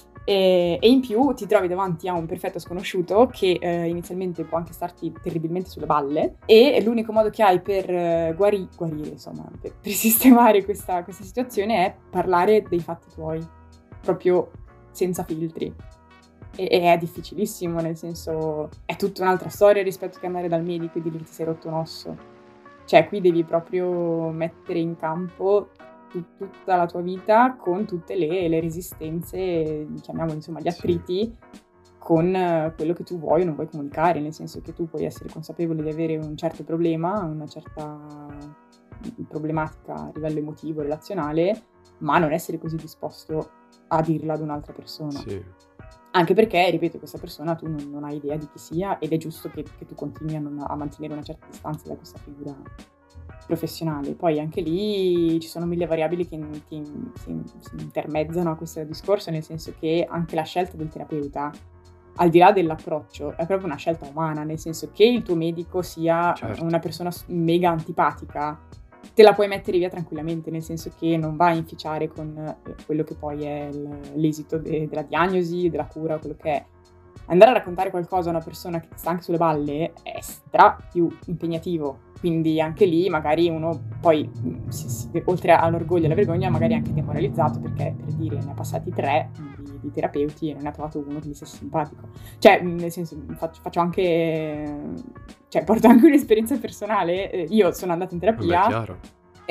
E, e in più ti trovi davanti a un perfetto sconosciuto che eh, inizialmente può anche starti terribilmente sulle balle, e l'unico modo che hai per eh, guari- guarire, insomma, per, per sistemare questa, questa situazione è parlare dei fatti tuoi, proprio senza filtri. E, e è difficilissimo, nel senso, è tutta un'altra storia rispetto che andare dal medico e dirgli ti sei rotto un osso. Cioè, qui devi proprio mettere in campo tutta la tua vita con tutte le, le resistenze, chiamiamole insomma gli attriti, sì. con quello che tu vuoi o non vuoi comunicare, nel senso che tu puoi essere consapevole di avere un certo problema, una certa problematica a livello emotivo, relazionale, ma non essere così disposto a dirla ad un'altra persona. Sì. Anche perché, ripeto, questa persona tu non, non hai idea di chi sia, ed è giusto che, che tu continui a, non, a mantenere una certa distanza da questa figura professionale. Poi anche lì ci sono mille variabili che ti, si, si intermezzano a questo discorso, nel senso che anche la scelta del terapeuta, al di là dell'approccio, è proprio una scelta umana, nel senso che il tuo medico sia Certo. una persona mega antipatica, te la puoi mettere via tranquillamente, nel senso che non va a inficiare con eh, quello che poi è il- l'esito de- della diagnosi, della cura, quello che è. Andare a raccontare qualcosa a una persona che ti sta anche sulle balle è stra più impegnativo, quindi anche lì magari uno poi, mh, si- si- oltre all'orgoglio e alla vergogna, magari anche demoralizzato, perché per dire ne ha passati tre di, di terapeuti e non ne ha trovato uno che gli sia simpatico. Cioè, mh, nel senso, faccio, faccio anche, cioè porto anche un'esperienza personale. Eh, Io sono andata in Vabbè, terapia chiaro.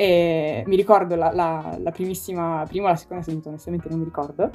e mi ricordo la, la- la primissima, prima o la seconda seduta, onestamente non mi ricordo,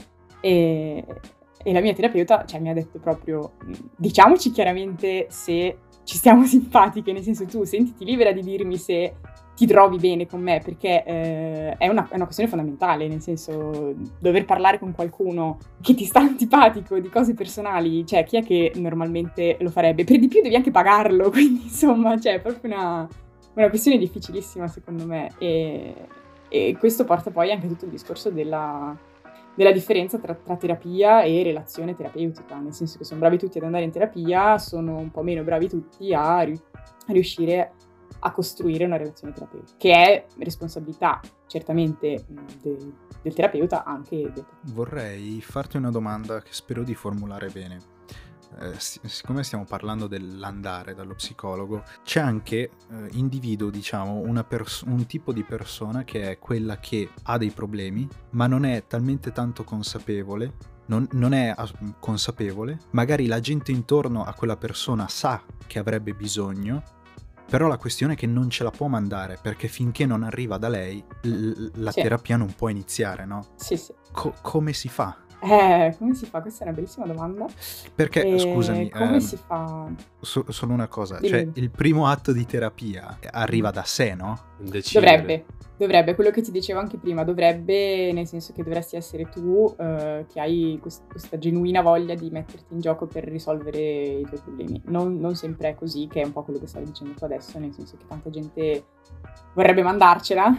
e, e la mia terapeuta, cioè, mi ha detto proprio, "Mm, diciamoci chiaramente se ci stiamo simpatiche, nel senso tu sentiti libera di dirmi se ti trovi bene con me, perché eh, è una, è una questione fondamentale, nel senso dover parlare con qualcuno che ti sta antipatico di cose personali, cioè chi è che normalmente lo farebbe? Per di più devi anche pagarlo, quindi insomma, cioè è proprio una, una questione difficilissima secondo me, e, e questo porta poi anche a tutto il discorso della, della differenza tra, tra terapia e relazione terapeutica, nel senso che sono bravi tutti ad andare in terapia, sono un po' meno bravi tutti a, ri- a riuscire a costruire una relazione terapeutica, che è responsabilità certamente mh, de- del terapeuta, anche del Vorrei farti una domanda che spero di formulare bene. Eh, sic- siccome stiamo parlando dell'andare dallo psicologo, c'è anche, eh, individuo, diciamo, una pers- un tipo di persona che è quella che ha dei problemi, ma non è talmente tanto consapevole, non, non è as- consapevole, magari la gente intorno a quella persona sa che avrebbe bisogno, però la questione è che non ce la può mandare, perché finché non arriva da lei, l- la Sì. terapia non può iniziare, no? Sì, sì. Co- come si fa? Eh, come si fa? Questa è una bellissima domanda. Perché, Eh, scusami, come ehm, si fa? so- solo una cosa, Dimmi, cioè dimmi. il primo atto di terapia arriva da sé, no? Decidere. Dovrebbe, dovrebbe, quello che ti dicevo anche prima, dovrebbe, nel senso che dovresti essere tu eh, che hai quest- questa genuina voglia di metterti in gioco per risolvere i tuoi problemi. Non, non sempre è così, che è un po' quello che stavi dicendo tu adesso, nel senso che tanta gente vorrebbe mandarcela,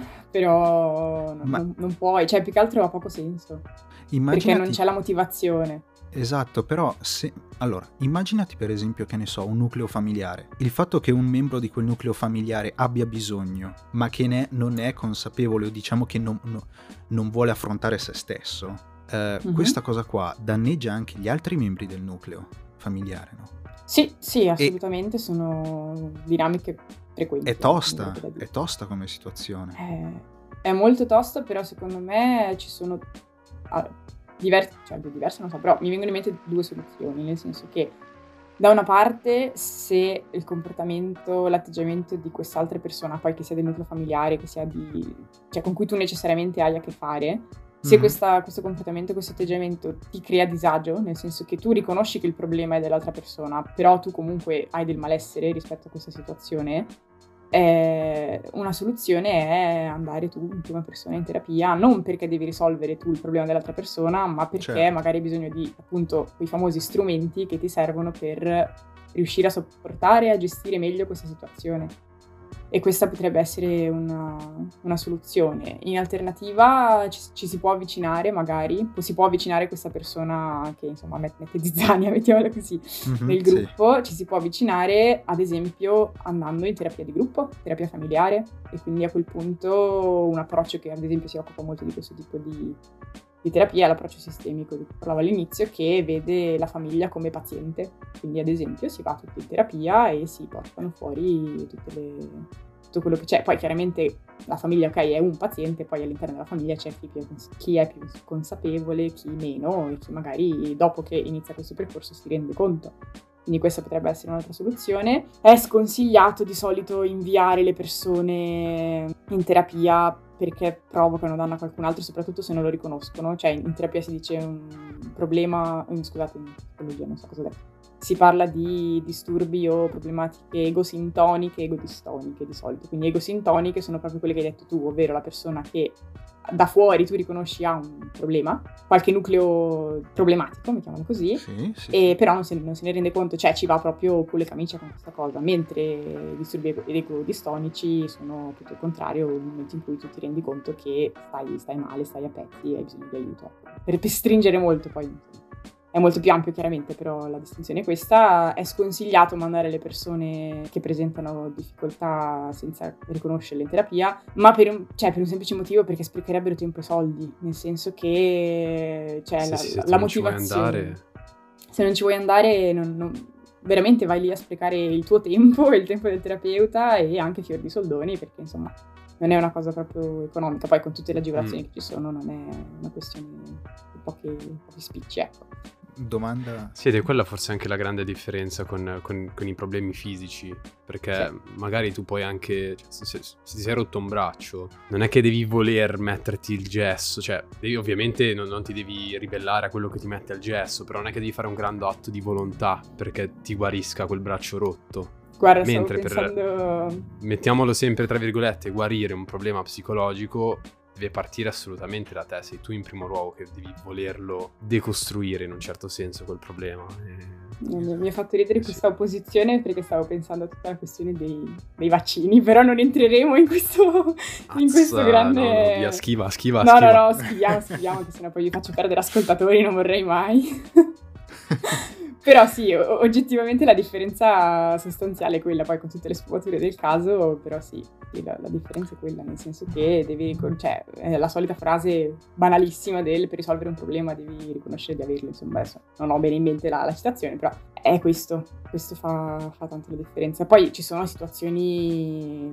però non, Ma- non- non puoi, cioè più che altro ha poco senso, perché Immaginati, non c'è la motivazione. esatto, però se allora, immaginati per esempio, che ne so, un nucleo familiare. Il fatto che un membro di quel nucleo familiare abbia bisogno, ma che ne- non è consapevole, o diciamo che non, no- non vuole affrontare se stesso, eh, Mhm. questa cosa qua danneggia anche gli altri membri del nucleo familiare, no? Sì, sì, assolutamente, sono dinamiche frequenti. È tosta, mi verrebbe da dire. è tosta come situazione. Eh, È molto tosto, però secondo me ci sono ah, diverse, cioè diverse non so, però mi vengono in mente due soluzioni, nel senso che da una parte, se il comportamento, l'atteggiamento di quest'altra persona, poi che sia del nucleo familiare, che sia di, cioè con cui tu necessariamente hai a che fare, se Mhm. questa- questo comportamento, questo atteggiamento ti crea disagio, nel senso che tu riconosci che il problema è dell'altra persona, però tu comunque hai del malessere rispetto a questa situazione, eh, una soluzione è andare tu in prima persona in terapia, non perché devi risolvere tu il problema dell'altra persona, ma perché Certo. magari hai bisogno di, appunto, quei famosi strumenti che ti servono per riuscire a sopportare e a gestire meglio questa situazione. E questa potrebbe essere una, una soluzione. In alternativa ci, ci si può avvicinare, magari, o si può avvicinare questa persona che insomma met- mette zizzania, mettiamola così, Mhm, nel sì. gruppo, ci si può avvicinare ad esempio andando in terapia di gruppo, terapia familiare, e quindi a quel punto un approccio che ad esempio si occupa molto di questo tipo di, di terapia è l'approccio sistemico di cui parlavo all'inizio, che vede la famiglia come paziente, quindi ad esempio si va tutti in terapia e si portano fuori tutte le, tutto quello che c'è. Poi chiaramente la famiglia, ok, è un paziente, poi all'interno della famiglia c'è chi, più- chi è più consapevole, chi meno, e chi magari dopo che inizia questo percorso si rende conto. Quindi questa potrebbe essere un'altra soluzione. È sconsigliato di solito inviare le persone in terapia perché provocano danno a qualcun altro, soprattutto se non lo riconoscono. Cioè in terapia si dice un problema, eh, scusate, in psicologia non so cosa ho detto. Si parla di disturbi o problematiche egosintoniche e egodistoniche di solito. Quindi egosintoniche sono proprio quelle che hai detto tu, ovvero la persona che da fuori tu riconosci ha un problema, qualche nucleo problematico, mettiamolo così, Sì, sì, e sì. però non se, non se ne rende conto, cioè ci va proprio con le camicie con questa cosa, mentre i disturbi ego- ego-distonici sono tutto il contrario, nel momento in cui tu ti rendi conto che stai, stai male, stai a pezzi e hai bisogno di aiuto. Per, per stringere molto, poi è molto più ampio chiaramente, però la distinzione è questa. È sconsigliato mandare le persone che presentano difficoltà senza riconoscerle in terapia, ma per un, cioè, per un semplice motivo, perché sprecherebbero tempo e soldi, nel senso che cioè, Sì, la, sì, se tu la non ci vuoi motivazione... andare... Se non ci vuoi andare, non, non- veramente vai lì a sprecare il tuo tempo e il tempo del terapeuta e anche fior di soldoni, perché insomma non è una cosa proprio economica. Poi con tutte le agevolazioni Mm. che ci sono non è una questione di pochi, pochi spicci, ecco. Domanda... Sì, ed è quella forse anche la grande differenza con, con- con i problemi fisici, perché Sì. magari tu puoi anche, cioè, se, se- se ti sei rotto un braccio, non è che devi voler metterti il gesso, cioè devi, ovviamente non, non ti devi ribellare a quello che ti mette al gesso, però non è che devi fare un grande atto di volontà perché ti guarisca quel braccio rotto. Guarda, Mentre stavo per, pensando... mettiamolo sempre tra virgolette, guarire un problema psicologico deve partire assolutamente da te, sei tu in primo luogo che devi volerlo decostruire in un certo senso quel problema. E... Mi mi ha fatto ridere Eh sì. questa opposizione perché stavo pensando a tutta la questione dei, dei vaccini, però non entreremo in questo, in questo Azza, grande... no, no, via, schiva, schiva, No, schiva. no, no, schiviamo, schiviamo, che sennò poi vi faccio perdere ascoltatori, non vorrei mai. Però sì, o- oggettivamente la differenza sostanziale è quella, poi con tutte le sfumature del caso, però sì, sì, la, la differenza è quella, nel senso che devi, cioè, è la solita frase banalissima del per risolvere un problema devi riconoscere di averlo, insomma, adesso non ho bene in mente la, la citazione, però è questo, questo fa, fa tanto la differenza. Poi ci sono situazioni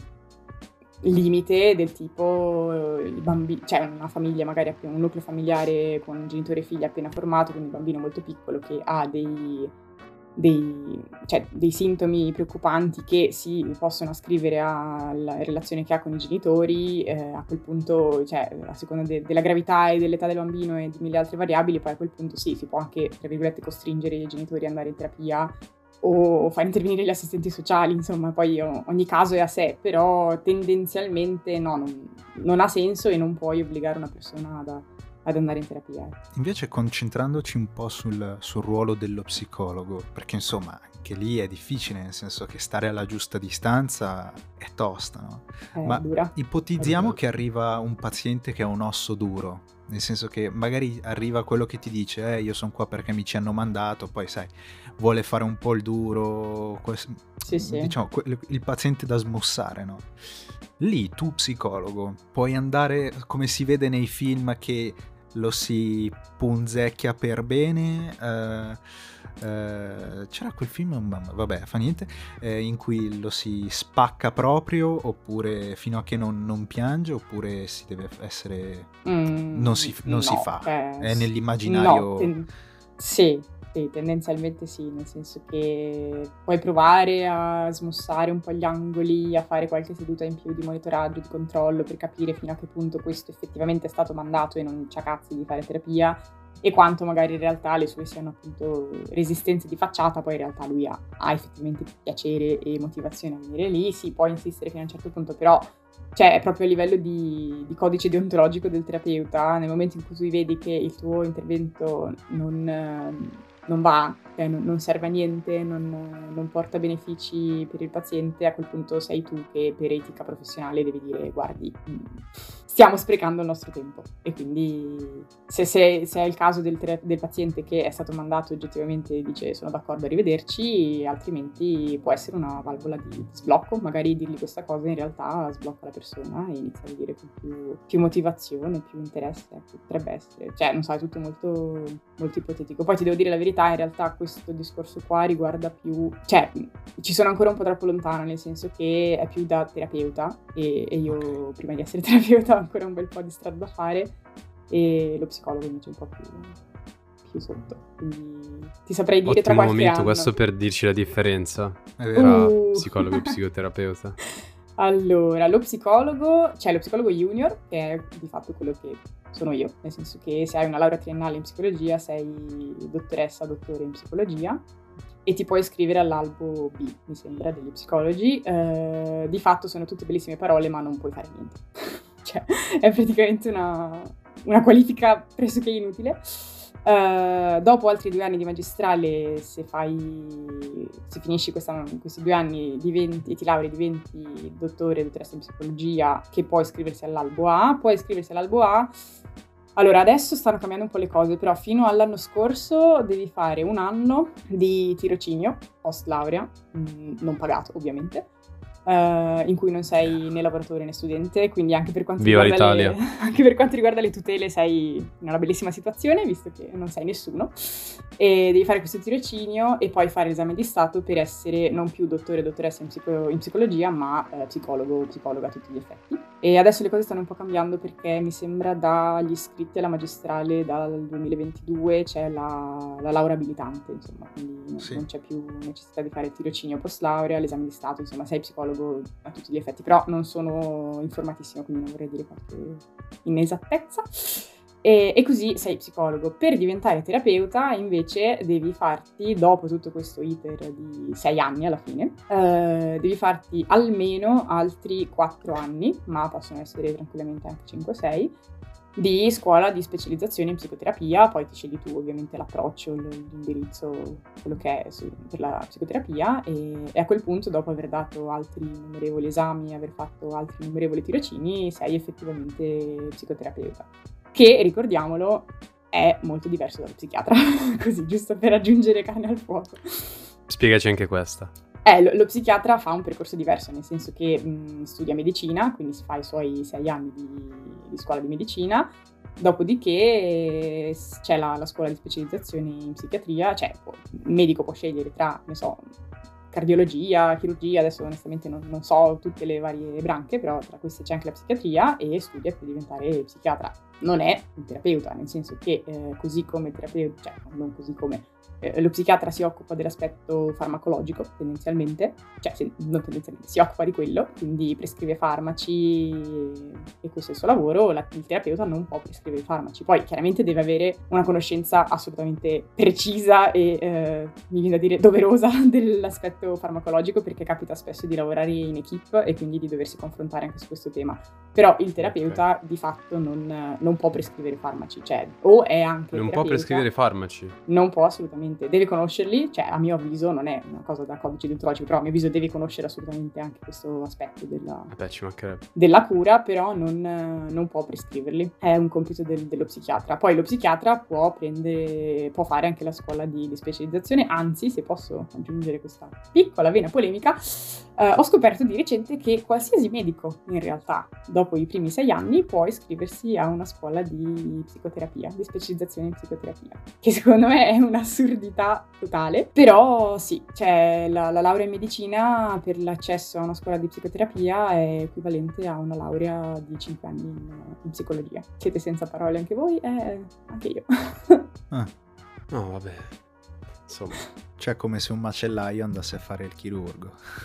limite del tipo eh, il bambino, cioè una famiglia magari appena- un nucleo familiare con un genitore e figlia appena formato, quindi un bambino molto piccolo che ha dei, dei, cioè, dei sintomi preoccupanti che si possono ascrivere alla relazione che ha con i genitori, eh, a quel punto, cioè a seconda de- della gravità e dell'età del bambino e di mille altre variabili, poi a quel punto sì, si può anche, tra virgolette, costringere i genitori ad andare in terapia o far intervenire gli assistenti sociali, insomma, poi o- ogni caso è a sé, però tendenzialmente no, non, non ha senso e non puoi obbligare una persona ad, ad andare in terapia. eh. Invece concentrandoci un po' sul, sul ruolo dello psicologo, perché insomma anche lì è difficile, nel senso che stare alla giusta distanza è tosta, no? È Ma dura. ipotizziamo È dura. che arriva un paziente che ha un osso duro, nel senso che magari arriva quello che ti dice eh, io sono qua perché mi ci hanno mandato, poi sai, vuole fare un po' il duro, quest- Sì, sì. diciamo que- il paziente da smussare, no? Lì tu psicologo puoi andare come si vede nei film che lo si punzecchia per bene, eh, eh, c'era quel film, ma- vabbè fa niente, eh, in cui lo si spacca proprio, oppure fino a che non, non piange, oppure si deve essere Mm, non si, non si no, fa, cioè, è s- nell'immaginario. no, ten- sì, sì, tendenzialmente sì, nel senso che puoi provare a smussare un po' gli angoli, a fare qualche seduta in più di monitoraggio, di controllo per capire fino a che punto questo effettivamente è stato mandato e non c'ha cazzi di fare terapia e quanto magari in realtà le sue siano appunto resistenze di facciata, poi in realtà lui ha, ha effettivamente piacere e motivazione a venire lì, sì, può insistere fino a un certo punto, però cioè è proprio a livello di, di codice deontologico del terapeuta, nel momento in cui tu vedi che il tuo intervento non, eh, non va, cioè non, non serve a niente, non, non porta benefici per il paziente, a quel punto sei tu che per etica professionale devi dire guardi, mh, stiamo sprecando il nostro tempo e quindi se, se, se è il caso del, tera- del paziente che è stato mandato oggettivamente e dice sono d'accordo, arrivederci, altrimenti può essere una valvola di, di sblocco, magari dirgli questa cosa in realtà sblocca la persona e inizia a dire con più, più motivazione, più interesse, ecco, potrebbe essere, cioè non so, è tutto molto, molto ipotetico. Poi ti devo dire la verità, in realtà questo discorso qua riguarda più, cioè ci sono ancora un po' troppo lontana, nel senso che è più da terapeuta e, e io prima di essere terapeuta ho ancora un bel po' di strada da fare e lo psicologo invece è un po' più, più sotto, quindi ti saprei dire tra Ottimo qualche momento anno. questo per dirci la differenza È vero. tra Uh. psicologo e psicoterapeuta. Allora, lo psicologo, c'è lo psicologo junior, che è di fatto quello che sono io, nel senso che se hai una laurea triennale in psicologia sei dottoressa, dottore in psicologia e ti puoi iscrivere all'albo B, mi sembra, degli psicologi. Eh, di fatto sono tutte bellissime parole, ma non puoi fare niente. cioè è praticamente una, una qualifica pressoché inutile. Uh, dopo altri due anni di magistrale, se fai, se finisci questa, questi due anni, diventi, ti laurei, diventi dottore, dottoressa in psicologia, che puoi iscriversi all'albo A, puoi iscriversi all'albo A. Allora, adesso stanno cambiando un po' le cose, però fino all'anno scorso devi fare un anno di tirocinio post laurea, mh, non pagato ovviamente, Uh, in cui non sei né lavoratore né studente, quindi anche per quanto Viva riguarda l'Italia. le, anche per quanto riguarda le tutele sei in una bellissima situazione, visto che non sei nessuno, e devi fare questo tirocinio e poi fare l'esame di Stato per essere non più dottore o dottoressa in, psico- in psicologia, ma eh, psicologo o psicologa a tutti gli effetti. E adesso le cose stanno un po' cambiando, perché mi sembra dagli iscritti alla magistrale dal duemilaventidue c'è la, la laurea abilitante, insomma, quindi non, Sì. non c'è più necessità di fare il tirocinio post laurea, l'esame di Stato, insomma sei psicologo a tutti gli effetti, però non sono informatissimo, quindi non vorrei dire qualche inesattezza. E, e così sei psicologo. Per diventare terapeuta invece devi farti, dopo tutto questo iter di sei anni alla fine, eh, devi farti almeno altri quattro anni, ma possono essere tranquillamente anche cinque o sei, di scuola di specializzazione in psicoterapia. Poi ti scegli tu ovviamente l'approccio, l'indirizzo, quello che è su, per la psicoterapia, e, e a quel punto, dopo aver dato altri innumerevoli esami, aver fatto altri innumerevoli tirocini, sei effettivamente psicoterapeuta, che, ricordiamolo, è molto diverso dallo psichiatra. Così, giusto per aggiungere carne al fuoco. Spiegaci anche questa. Eh, lo, lo psichiatra fa un percorso diverso, nel senso che mh, studia medicina, quindi si fa i suoi sei anni di, di scuola di medicina, dopodiché c'è la, la scuola di specializzazione in psichiatria, cioè può, il medico può scegliere tra, ne so, cardiologia, chirurgia, adesso onestamente non, non so tutte le varie branche, però tra queste c'è anche la psichiatria, e studia per diventare psichiatra. Non è un terapeuta, nel senso che eh, così come terapeuta, cioè non così come, eh, lo psichiatra si occupa dell'aspetto farmacologico tendenzialmente, cioè se, non tendenzialmente, si occupa di quello, quindi prescrive farmaci e questo è il suo lavoro. La, il terapeuta non può prescrivere farmaci, poi chiaramente deve avere una conoscenza assolutamente precisa e eh, mi viene da dire doverosa dell'aspetto farmacologico, perché capita spesso di lavorare in equipe e quindi di doversi confrontare anche su questo tema, però il terapeuta okay. di fatto non, non può prescrivere farmaci, cioè o è anche non può prescrivere farmaci, non può assolutamente, deve conoscerli, cioè a mio avviso non è una cosa da codice deontologico, però a mio avviso deve conoscere assolutamente anche questo aspetto della, Vabbè, ci mancherebbe. della cura, però non, non può prescriverli, è un compito del, dello psichiatra. Poi lo psichiatra può prendere, può fare anche la scuola di, di specializzazione, anzi, se posso aggiungere questa piccola vena polemica, eh, ho scoperto di recente che qualsiasi medico in realtà dopo i primi sei anni può iscriversi a una scuola di psicoterapia, di specializzazione in psicoterapia, che secondo me è un'assurdità totale, però sì, cioè la, la laurea in medicina per l'accesso a una scuola di psicoterapia è equivalente a una laurea di cinque anni in, in psicologia. Siete senza parole anche voi? Eh, anche io. Ah. No, vabbè, insomma. Cioè come se un macellaio andasse a fare il chirurgo.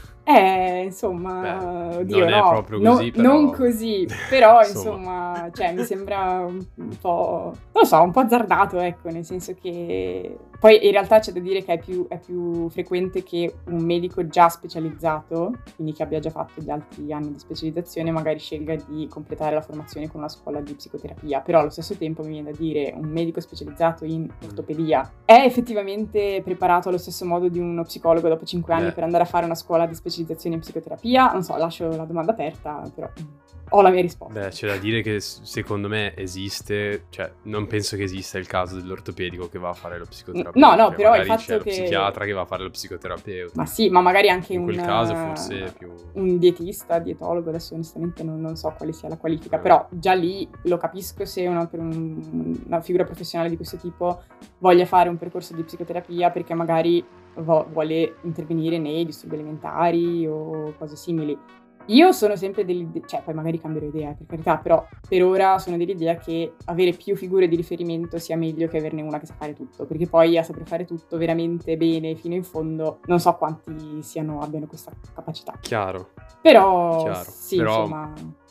Eh, insomma, Beh, oddio, non è no, proprio così, no, però... non così, però insomma. insomma, cioè mi sembra un, un po', non lo so, un po' azzardato, ecco, nel senso che poi in realtà c'è da dire che è più, è più frequente che un medico già specializzato, quindi che abbia già fatto gli altri anni di specializzazione, magari scelga di completare la formazione con una scuola di psicoterapia, però allo stesso tempo mi viene da dire un medico specializzato in ortopedia è effettivamente preparato allo stesso modo di uno psicologo dopo cinque anni Beh. per andare a fare una scuola di specializzazione in psicoterapia? Non so, lascio la domanda aperta, però ho la mia risposta. Beh, c'è da dire che secondo me esiste, cioè non penso che esista il caso dell'ortopedico che va a fare lo psicoterapeuta. No, no, cioè, però il magari fatto c'è che... lo psichiatra che va a fare lo psicoterapeuta. Ma sì, ma magari anche in un... quel caso forse più... un dietista, dietologo, adesso onestamente non, non so quale sia la qualifica, Mm. però già lì lo capisco se una, per un, una figura professionale di questo tipo voglia fare un percorso di psicoterapia perché magari vo- vuole intervenire nei disturbi alimentari o cose simili. Io sono sempre dell'idea, cioè poi magari cambierò idea, per carità, però per ora sono dell'idea che avere più figure di riferimento sia meglio che averne una che sa fare tutto, perché poi a saper fare tutto veramente bene fino in fondo non so quanti siano, abbiano questa capacità. Chiaro. Però Chiaro. sì, Però... insomma,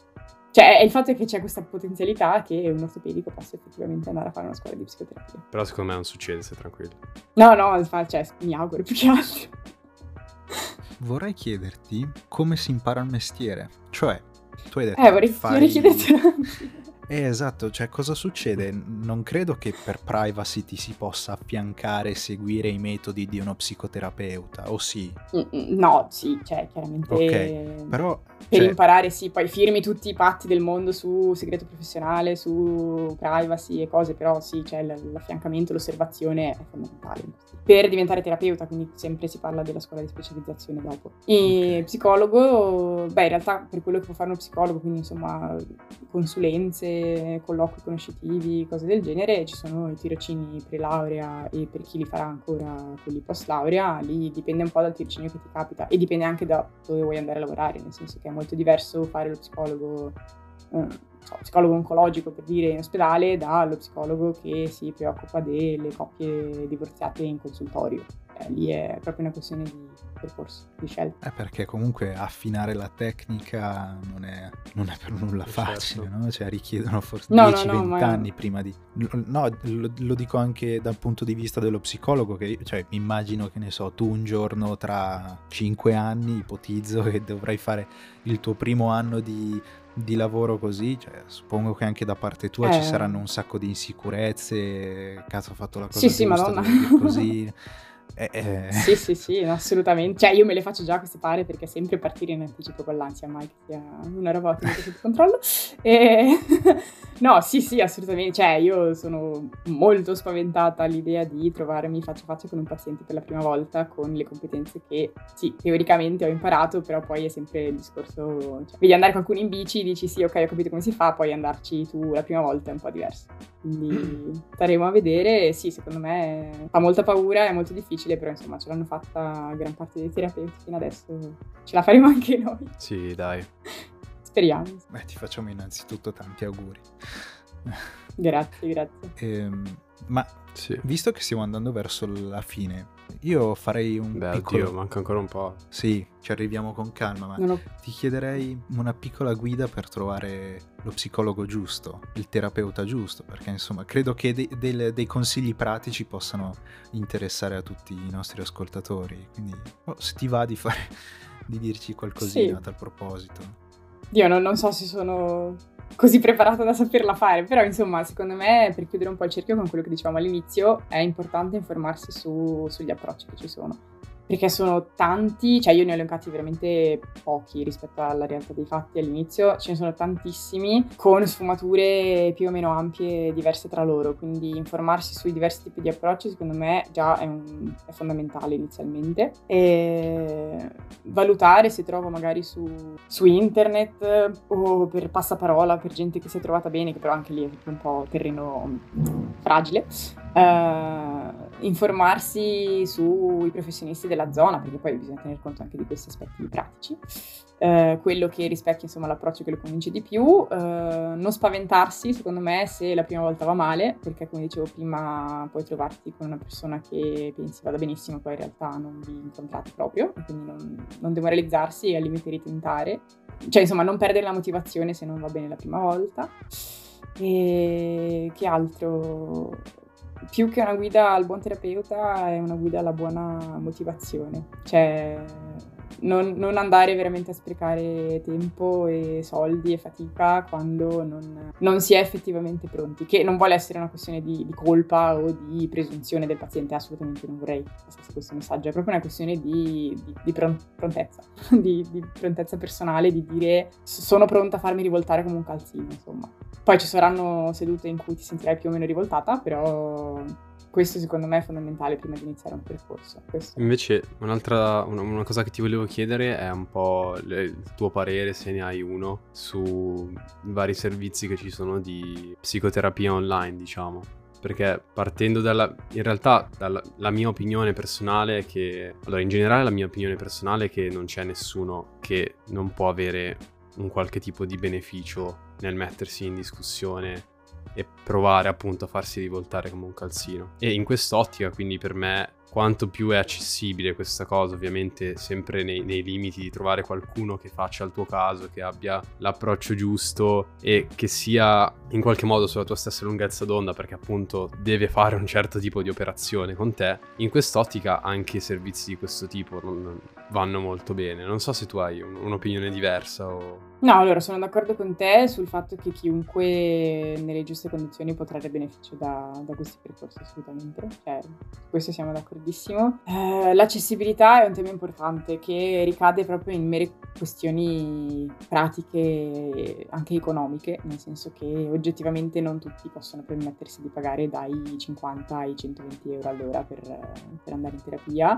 cioè il fatto è che c'è questa potenzialità che un ortopedico possa effettivamente andare a fare una scuola di psicoterapia. Però secondo me non succede, stai tranquillo. No, no, cioè mi auguro più che altro. Vorrei chiederti come si impara il mestiere, cioè Tu hai detto, Eh, vorrei, fai... vorrei chiedertelo anche. Eh, esatto, cioè cosa succede? Non credo che per privacy ti si possa affiancare e seguire i metodi di uno psicoterapeuta, o sì? No, sì, cioè chiaramente Ok, però... per cioè, imparare sì, poi firmi tutti i patti del mondo su segreto professionale, su privacy e cose, però sì, cioè l- l'affiancamento, l'osservazione è fondamentale per diventare terapeuta, quindi sempre si parla della scuola di specializzazione dopo. E Ok. psicologo, beh in realtà per quello che può fare uno psicologo, quindi insomma consulenze, colloqui conoscitivi, cose del genere, ci sono i tirocini pre-laurea e per chi li farà ancora quelli post-laurea, lì dipende un po' dal tirocinio che ti capita e dipende anche da dove vuoi andare a lavorare, nel senso che è molto diverso fare lo psicologo, eh, so, psicologo oncologico per dire in ospedale dallo psicologo che si preoccupa delle coppie divorziate in consultorio. Eh, lì è proprio una questione di percorso, di scelta. Eh, perché comunque affinare la tecnica non è, non è per nulla Eh, facile, certo. no? Cioè richiedono forse No, no, dieci no, venti ma- anni prima di... No, lo, lo dico anche dal punto di vista dello psicologo, che cioè mi immagino che ne so, tu un giorno tra cinque anni, ipotizzo che dovrai fare il tuo primo anno di, di lavoro così, cioè suppongo che anche da parte tua ci Eh. saranno un sacco di insicurezze, cazzo ho fatto la cosa Sì, sì, giusta, Madonna. dovevo dire così... Eh, eh. Sì, sì, sì, no, assolutamente. Cioè, io me le faccio già queste pare perché sempre partire in anticipo con l'ansia, mai che sia una roba tenuta sotto controllo. E... no, sì, sì, assolutamente. Cioè, io sono molto spaventata all'idea di trovarmi faccia a faccia con un paziente per la prima volta con le competenze che, sì, teoricamente ho imparato, però poi è sempre il discorso... Cioè, vedi andare qualcuno in bici, dici sì, ok, ho capito come si fa, poi andarci tu la prima volta è un po' diverso. Quindi staremo a vedere. Sì, secondo me fa molta paura, è molto difficile, però insomma ce l'hanno fatta gran parte dei terapeuti fino adesso, ce la faremo anche noi. Sì, dai. Speriamo. Beh, ti facciamo innanzitutto tanti auguri. Grazie, grazie. Ehm, ma Sì. visto che stiamo andando verso la fine, io farei un Beh, piccolo... oddio, manca ancora un po'. Sì, ci arriviamo con calma, ma Non ho... ti chiederei una piccola guida per trovare lo psicologo giusto, il terapeuta giusto, perché insomma credo che de- del- dei consigli pratici possano interessare a tutti i nostri ascoltatori, quindi oh, se ti va di fare di dirci qualcosina Sì. a tal proposito. Io non, non so se sono così preparata da saperla fare, però insomma secondo me, per chiudere un po' il cerchio con quello che dicevamo all'inizio, è importante informarsi su, sugli approcci che ci sono, perché sono tanti, cioè io ne ho elencati veramente pochi rispetto alla realtà dei fatti all'inizio, ce ne sono tantissimi con sfumature più o meno ampie e diverse tra loro, quindi informarsi sui diversi tipi di approcci secondo me già è, un, è fondamentale inizialmente, e valutare se trovo magari su, su internet o per passaparola per gente che si è trovata bene, che però anche lì è un po' terreno fragile, eh, informarsi sui professionisti della zona, perché poi bisogna tener conto anche di questi aspetti pratici, eh, quello che rispecchia insomma l'approccio che lo convince di più, eh, non spaventarsi secondo me se la prima volta va male, perché come dicevo prima puoi trovarti con una persona che pensi vada benissimo, poi in realtà non vi incontrate proprio, e quindi non, non demoralizzarsi e al limite ritentare, cioè insomma non perdere la motivazione se non va bene la prima volta. E che altro? Più che una guida al buon terapeuta è una guida alla buona motivazione, cioè non, non andare veramente a sprecare tempo e soldi e fatica quando non, non si è effettivamente pronti, che non vuole essere una questione di, di colpa o di presunzione del paziente, assolutamente non vorrei passasse questo messaggio, è proprio una questione di, di, di prontezza, di, di prontezza personale, di dire sono pronta a farmi rivoltare come un calzino, insomma. Poi ci saranno sedute in cui ti sentirai più o meno rivoltata, però questo secondo me è fondamentale prima di iniziare un percorso. Questo. Invece un'altra una, una cosa che ti volevo chiedere è un po' le, il tuo parere, se ne hai uno, su vari servizi che ci sono di psicoterapia online, diciamo. Perché partendo dalla... in realtà dalla la mia opinione personale è che... Allora, in generale la mia opinione personale è che non c'è nessuno che non può avere un qualche tipo di beneficio nel mettersi in discussione e provare appunto a farsi rivoltare come un calzino. E in quest'ottica, quindi per me, quanto più è accessibile questa cosa, ovviamente sempre nei, nei limiti di trovare qualcuno che faccia il tuo caso, che abbia l'approccio giusto e che sia in qualche modo sulla tua stessa lunghezza d'onda, perché appunto deve fare un certo tipo di operazione con te, in quest'ottica anche servizi di questo tipo non, vanno molto bene. Non so se tu hai un, un'opinione diversa o... No, allora sono d'accordo con te sul fatto che chiunque nelle giuste condizioni può trarre beneficio da, da questi percorsi, assolutamente, cioè su questo siamo d'accordissimo. Eh, l'accessibilità è un tema importante che ricade proprio in mere questioni pratiche, anche economiche, nel senso che oggettivamente non tutti possono permettersi di pagare dai cinquanta ai centoventi euro all'ora per, per andare in terapia,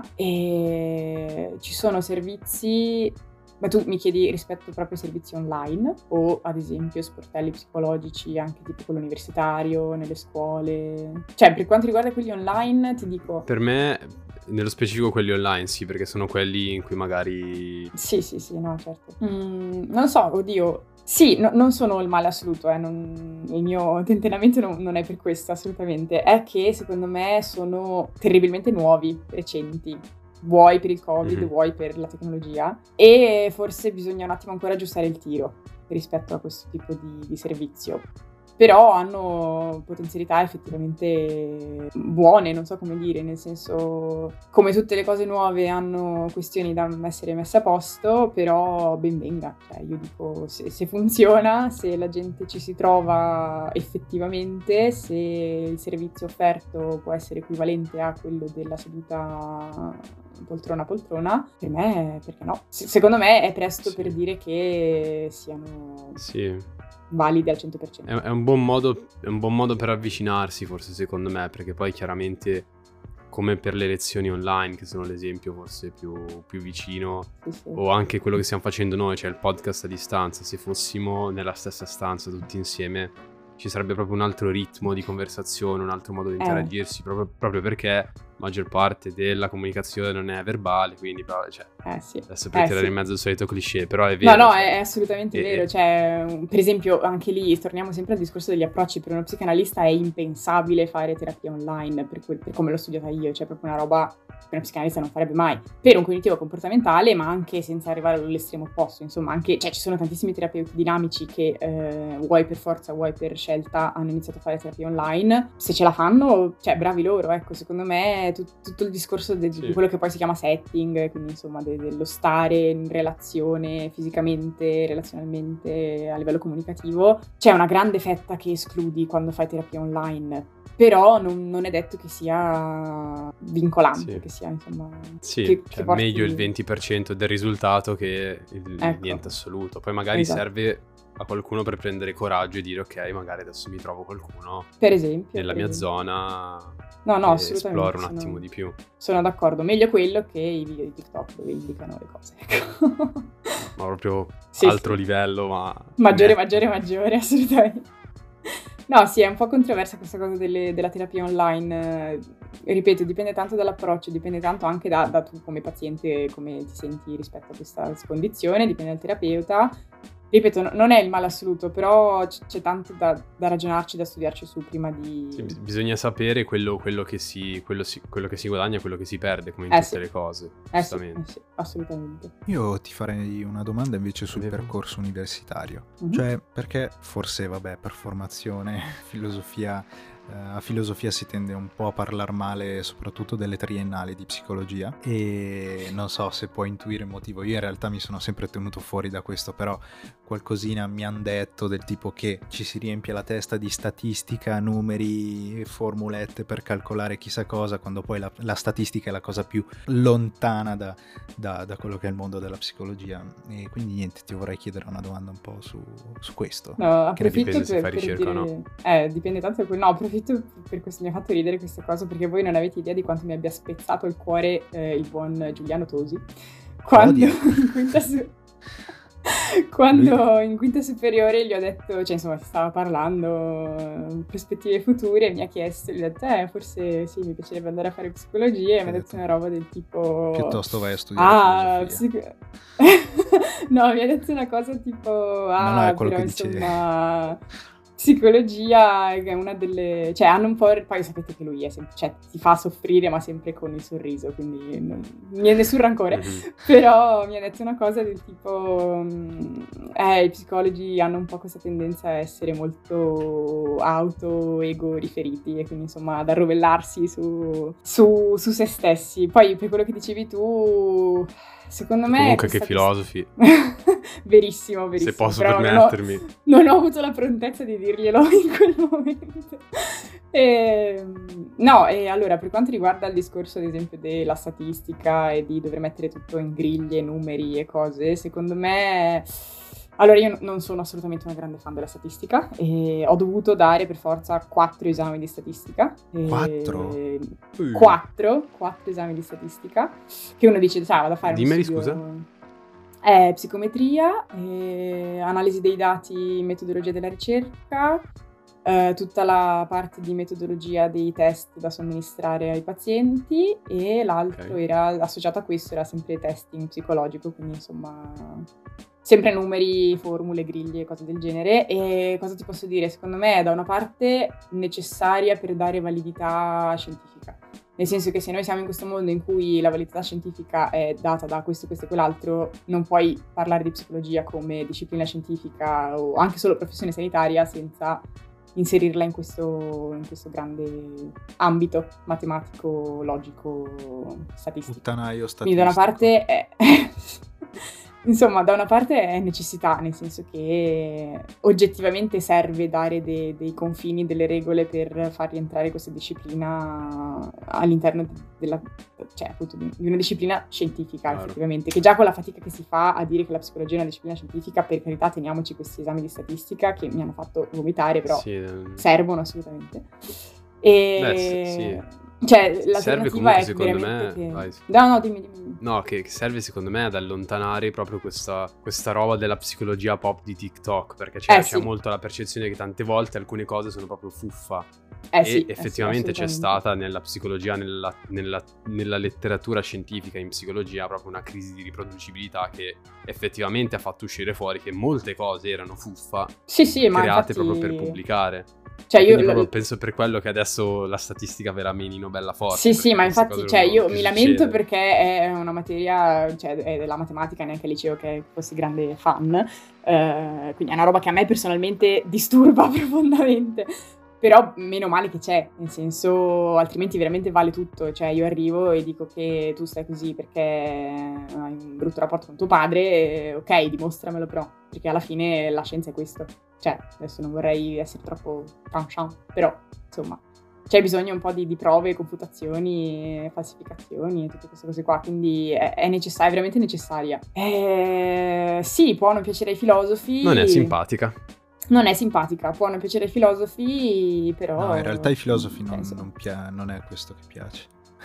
e ci sono servizi. Ma tu mi chiedi rispetto proprio ai servizi online o ad esempio sportelli psicologici anche tipo quello universitario, nelle scuole? Cioè, per quanto riguarda quelli online ti dico... Per me, nello specifico quelli online, sì, perché sono quelli in cui magari... Sì, sì, sì, no, certo. Mm, non so, oddio... Sì, no, non sono il male assoluto, eh, non, il mio tentennamento non, non è per questo, assolutamente. È che secondo me sono terribilmente nuovi, recenti. Vuoi per il Covid, mm-hmm. vuoi per la tecnologia, e forse bisogna un attimo ancora aggiustare il tiro rispetto a questo tipo di, di servizio. Però hanno potenzialità effettivamente buone, non so come dire, nel senso, come tutte le cose nuove hanno questioni da essere messe a posto, però ben venga, cioè io dico se, se funziona, se la gente ci si trova effettivamente, se il servizio offerto può essere equivalente a quello della seduta poltrona a poltrona, per me perché no? Se, secondo me è presto sì. per dire che siano... Sì. validi al cento per cento. È, è, un buon modo, è un buon modo per avvicinarsi, forse, secondo me, perché poi chiaramente, come per le lezioni online, che sono l'esempio forse più, più vicino, sì, sì. o anche quello che stiamo facendo noi, cioè il podcast a distanza, se fossimo nella stessa stanza tutti insieme, ci sarebbe proprio un altro ritmo di conversazione, un altro modo di interagirsi, eh. proprio, proprio perché maggior parte della comunicazione non è verbale, quindi cioè, eh sì. adesso per eh tirare sì. in mezzo il solito cliché, però è vero. No, no, cioè, è assolutamente e, vero, cioè, per esempio anche lì torniamo sempre al discorso degli approcci. Per uno psicanalista è impensabile fare terapia online, per, que- per come l'ho studiata io, cioè proprio una roba che uno psicanalista non farebbe mai, per un cognitivo comportamentale, ma anche senza arrivare all'estremo opposto, insomma, anche, cioè ci sono tantissimi terapeuti dinamici che eh, vuoi per forza, vuoi per scelta, hanno iniziato a fare terapia online, se ce la fanno, cioè bravi loro, ecco, secondo me tut- tutto il discorso de- sì. di quello che poi si chiama setting, quindi insomma de- dello stare in relazione fisicamente, relazionalmente, a livello comunicativo, c'è una grande fetta che escludi quando fai terapia online, però non, non è detto che sia vincolante, sì. che sia insomma... Sì, che, cioè che meglio il venti per cento del risultato che il ecco. niente assoluto, poi magari esatto. serve a qualcuno per prendere coraggio e dire ok, magari adesso mi trovo qualcuno per esempio nella per mia esempio. zona no no e assolutamente esploro un sono, attimo di più. Sono d'accordo, meglio quello che i video di TikTok dove indicano le cose. Ma proprio sì, altro sì. livello, ma maggiore maggiore maggiore assolutamente. No, sì, è un po' controversa questa cosa delle, della terapia online. Eh, ripeto, dipende tanto dall'approccio, dipende tanto anche da, da tu come paziente, come ti senti rispetto a questa condizione, dipende dal terapeuta. Ripeto, no, non è il male assoluto, però c- c'è tanto da, da ragionarci, da studiarci su prima di... Sì, bis- bisogna sapere quello, quello, che si, quello, si, quello che si guadagna e quello che si perde, come in eh tutte sì. le cose, eh sì, giustamente. eh sì, assolutamente. Io ti farei una domanda invece sul Vero. percorso universitario, Mm-hmm. cioè perché forse, vabbè, per formazione, filosofia, eh, a filosofia si tende un po' a parlare male soprattutto delle triennali di psicologia e non so se puoi intuire il motivo. Io in realtà mi sono sempre tenuto fuori da questo, però qualcosina mi hanno detto del tipo che ci si riempie la testa di statistica, numeri, formulette per calcolare chissà cosa, quando poi la, la statistica è la cosa più lontana da, da, da quello che è il mondo della psicologia. E quindi niente, ti vorrei chiedere una domanda un po' su, su questo. No, approfitto dipende se per, fai per ricerca dire... o no. Eh, dipende tanto da quello. No, approfitto per questo, mi ha fatto ridere questa cosa, perché voi non avete idea di quanto mi abbia spezzato il cuore eh, il buon Giuliano Tosi. Quando Odio. in quinta su... Quando in quinta superiore gli ho detto, cioè insomma si stava parlando eh, prospettive future, e mi ha chiesto, gli ho detto eh forse sì mi piacerebbe andare a fare psicologia, e mi ha detto una roba del tipo piuttosto vai a studiare ah, filosofia. Psico... no, mi ha detto una cosa tipo ah no, no, è quello però che dice... insomma psicologia è una delle... cioè hanno un po'... poi sapete che lui è sempre... cioè ti fa soffrire ma sempre con il sorriso, quindi non è nessun rancore. Mm-hmm. Però mi ha detto una cosa del tipo eh i psicologi hanno un po' questa tendenza a essere molto auto-ego riferiti, e quindi insomma ad arrovellarsi su, su, su se stessi. Poi per quello che dicevi tu secondo me... Comunque che questa- filosofi, verissimo, verissimo. se posso però non ho- permettermi. Non ho avuto la prontezza di dirglielo in quel momento. Ehm, no, e allora, per quanto riguarda il discorso, ad esempio, della statistica e di dover mettere tutto in griglie, numeri e cose, secondo me... Allora, io non sono assolutamente una grande fan della statistica e ho dovuto dare per forza quattro esami di statistica. E- Quattro? Uh. Quattro, quattro esami di statistica, che uno dice, sai, vado a fare Dimmeli, uno studio... scusa. È psicometria, eh, analisi dei dati, metodologia della ricerca, eh, tutta la parte di metodologia dei test da somministrare ai pazienti e l'altro Ok. era associato a questo, era sempre testing psicologico, quindi insomma sempre numeri, formule, griglie, cose del genere. E cosa ti posso dire? Secondo me è da una parte necessaria per dare validità scientifica. Nel senso che se noi siamo in questo mondo in cui la validità scientifica è data da questo, questo e quell'altro, non puoi parlare di psicologia come disciplina scientifica o anche solo professione sanitaria senza inserirla in questo, in questo grande ambito matematico, logico, statistico. Puttanaio statistico. Quindi da una parte è... Insomma, da una parte è necessità, nel senso che oggettivamente serve dare de- dei confini, delle regole per far rientrare questa disciplina all'interno di- della, cioè appunto di di una disciplina scientifica, Chiaro. effettivamente, che già con la fatica che si fa a dire che la psicologia è una disciplina scientifica, per carità teniamoci questi esami di statistica che mi hanno fatto vomitare, però Sì, eh, servono assolutamente. E... Beh, sì, sì. Cioè, Serve l'alternativa comunque, è secondo me- veramente che... vai. No, no, dimmi, dimmi. No, che, che serve secondo me ad allontanare proprio questa, questa roba della psicologia pop di TikTok, perché c'è, Eh, c'è sì. molto la percezione che tante volte alcune cose sono proprio fuffa. Eh e sì, eh sì, effettivamente c'è assolutamente. stata nella psicologia, nella, nella- nella letteratura scientifica in psicologia, proprio una crisi di riproducibilità che effettivamente ha fatto uscire fuori che molte cose erano fuffa, Sì, sì, ma create infatti... proprio per pubblicare. Cioè, E io... quindi lo- proprio penso per quello che adesso la statistica verrà menino bella forte. Sì, sì, perché ma queste infatti, cose cioè, non- io non mi più lamento succede. perché è una materia, cioè, è della matematica, neanche al liceo che fossi grande fan, eh, quindi è una roba che a me personalmente disturba profondamente. Però meno male che c'è, nel senso, altrimenti veramente vale tutto. Cioè, io arrivo e dico che tu stai così perché hai un brutto rapporto con tuo padre, e, ok, dimostramelo però, perché alla fine la scienza è questo. Cioè, adesso non vorrei essere troppo tranchant, però, insomma, c'è bisogno un po' di, di prove, computazioni, falsificazioni e tutte queste cose qua, quindi è, è necessaria, è veramente necessaria. Eh, sì, può non piacere ai filosofi. Non è simpatica. Non è simpatica, può non piacere ai filosofi, però... No, in realtà i filosofi non, penso. non, pia- non è questo che piace.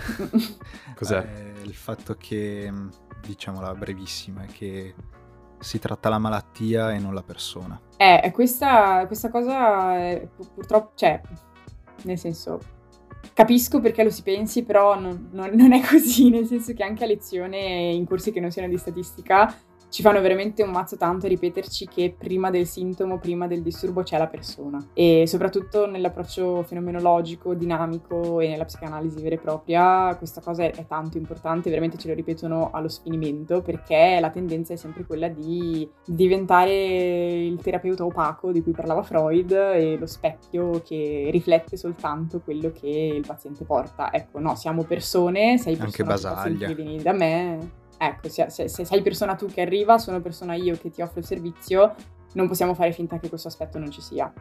Cos'è? È il fatto che, mh, diciamola brevissima, è che si tratta la malattia e non la persona. Eh, questa, questa cosa è, pu- purtroppo, cioè, nel senso, capisco perché lo si pensi, però non, non- non è così, nel senso che anche a lezione in corsi che non siano di statistica ci fanno veramente un mazzo tanto a ripeterci che prima del sintomo, prima del disturbo c'è la persona. E soprattutto nell'approccio fenomenologico, dinamico e nella psicanalisi vera e propria, questa cosa è, è tanto importante, veramente ce lo ripetono allo sfinimento, perché la tendenza è sempre quella di diventare il terapeuta opaco di cui parlava Freud e lo specchio che riflette soltanto quello che il paziente porta. Ecco, no, siamo persone, sei persona Anche tu, paziente, Basaglia. che vieni da me... Ecco, se, se, se sei persona tu che arriva, sono persona io che ti offro il servizio, non possiamo fare finta che questo aspetto non ci sia.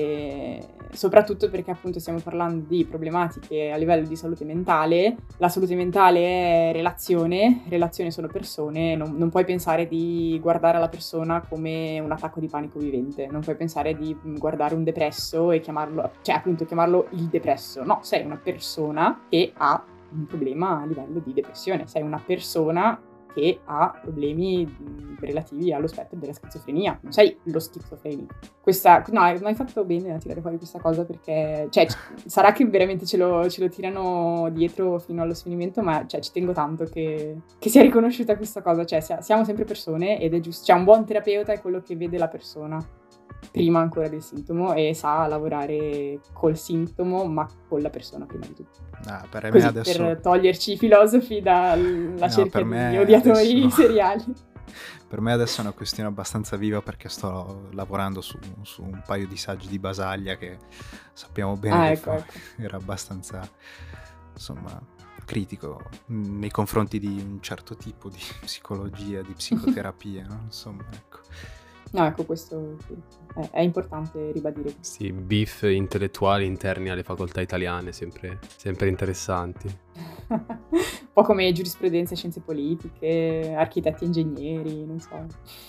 E soprattutto perché appunto stiamo parlando di problematiche a livello di salute mentale. La salute mentale è relazione, relazione sono persone, non, non puoi pensare di guardare la persona come un attacco di panico vivente, non puoi pensare di guardare un depresso e chiamarlo, cioè appunto chiamarlo il depresso. No, sei una persona che ha un problema a livello di depressione, sei una persona che ha problemi mh, relativi allo spettro della schizofrenia, non sei lo schizofrenico. Questa, no, non hai fatto bene a tirare fuori questa cosa perché, cioè, c- sarà che veramente ce lo, ce lo tirano dietro fino allo sfinimento, ma cioè, ci tengo tanto che, che sia riconosciuta questa cosa, cioè sia- siamo sempre persone ed è giusto, cioè un buon terapeuta è quello che vede la persona prima ancora del sintomo e sa lavorare col sintomo ma con la persona prima di tutto. Ah, per me Così, adesso... per toglierci i filosofi dalla No, cerca per me di odiatori adesso- seriali. Per me adesso è una questione abbastanza viva perché sto lavorando su, su un paio di saggi di Basaglia che sappiamo bene Ah, che ecco, fa- ecco. era abbastanza, insomma, critico mh, nei confronti di un certo tipo di psicologia, di psicoterapia, no? Insomma, ecco. No, ecco, questo sì, è, è importante ribadire. Sì, beef intellettuali interni alle facoltà italiane, sempre, sempre interessanti. Un po' come giurisprudenza e scienze politiche, architetti e ingegneri, non so.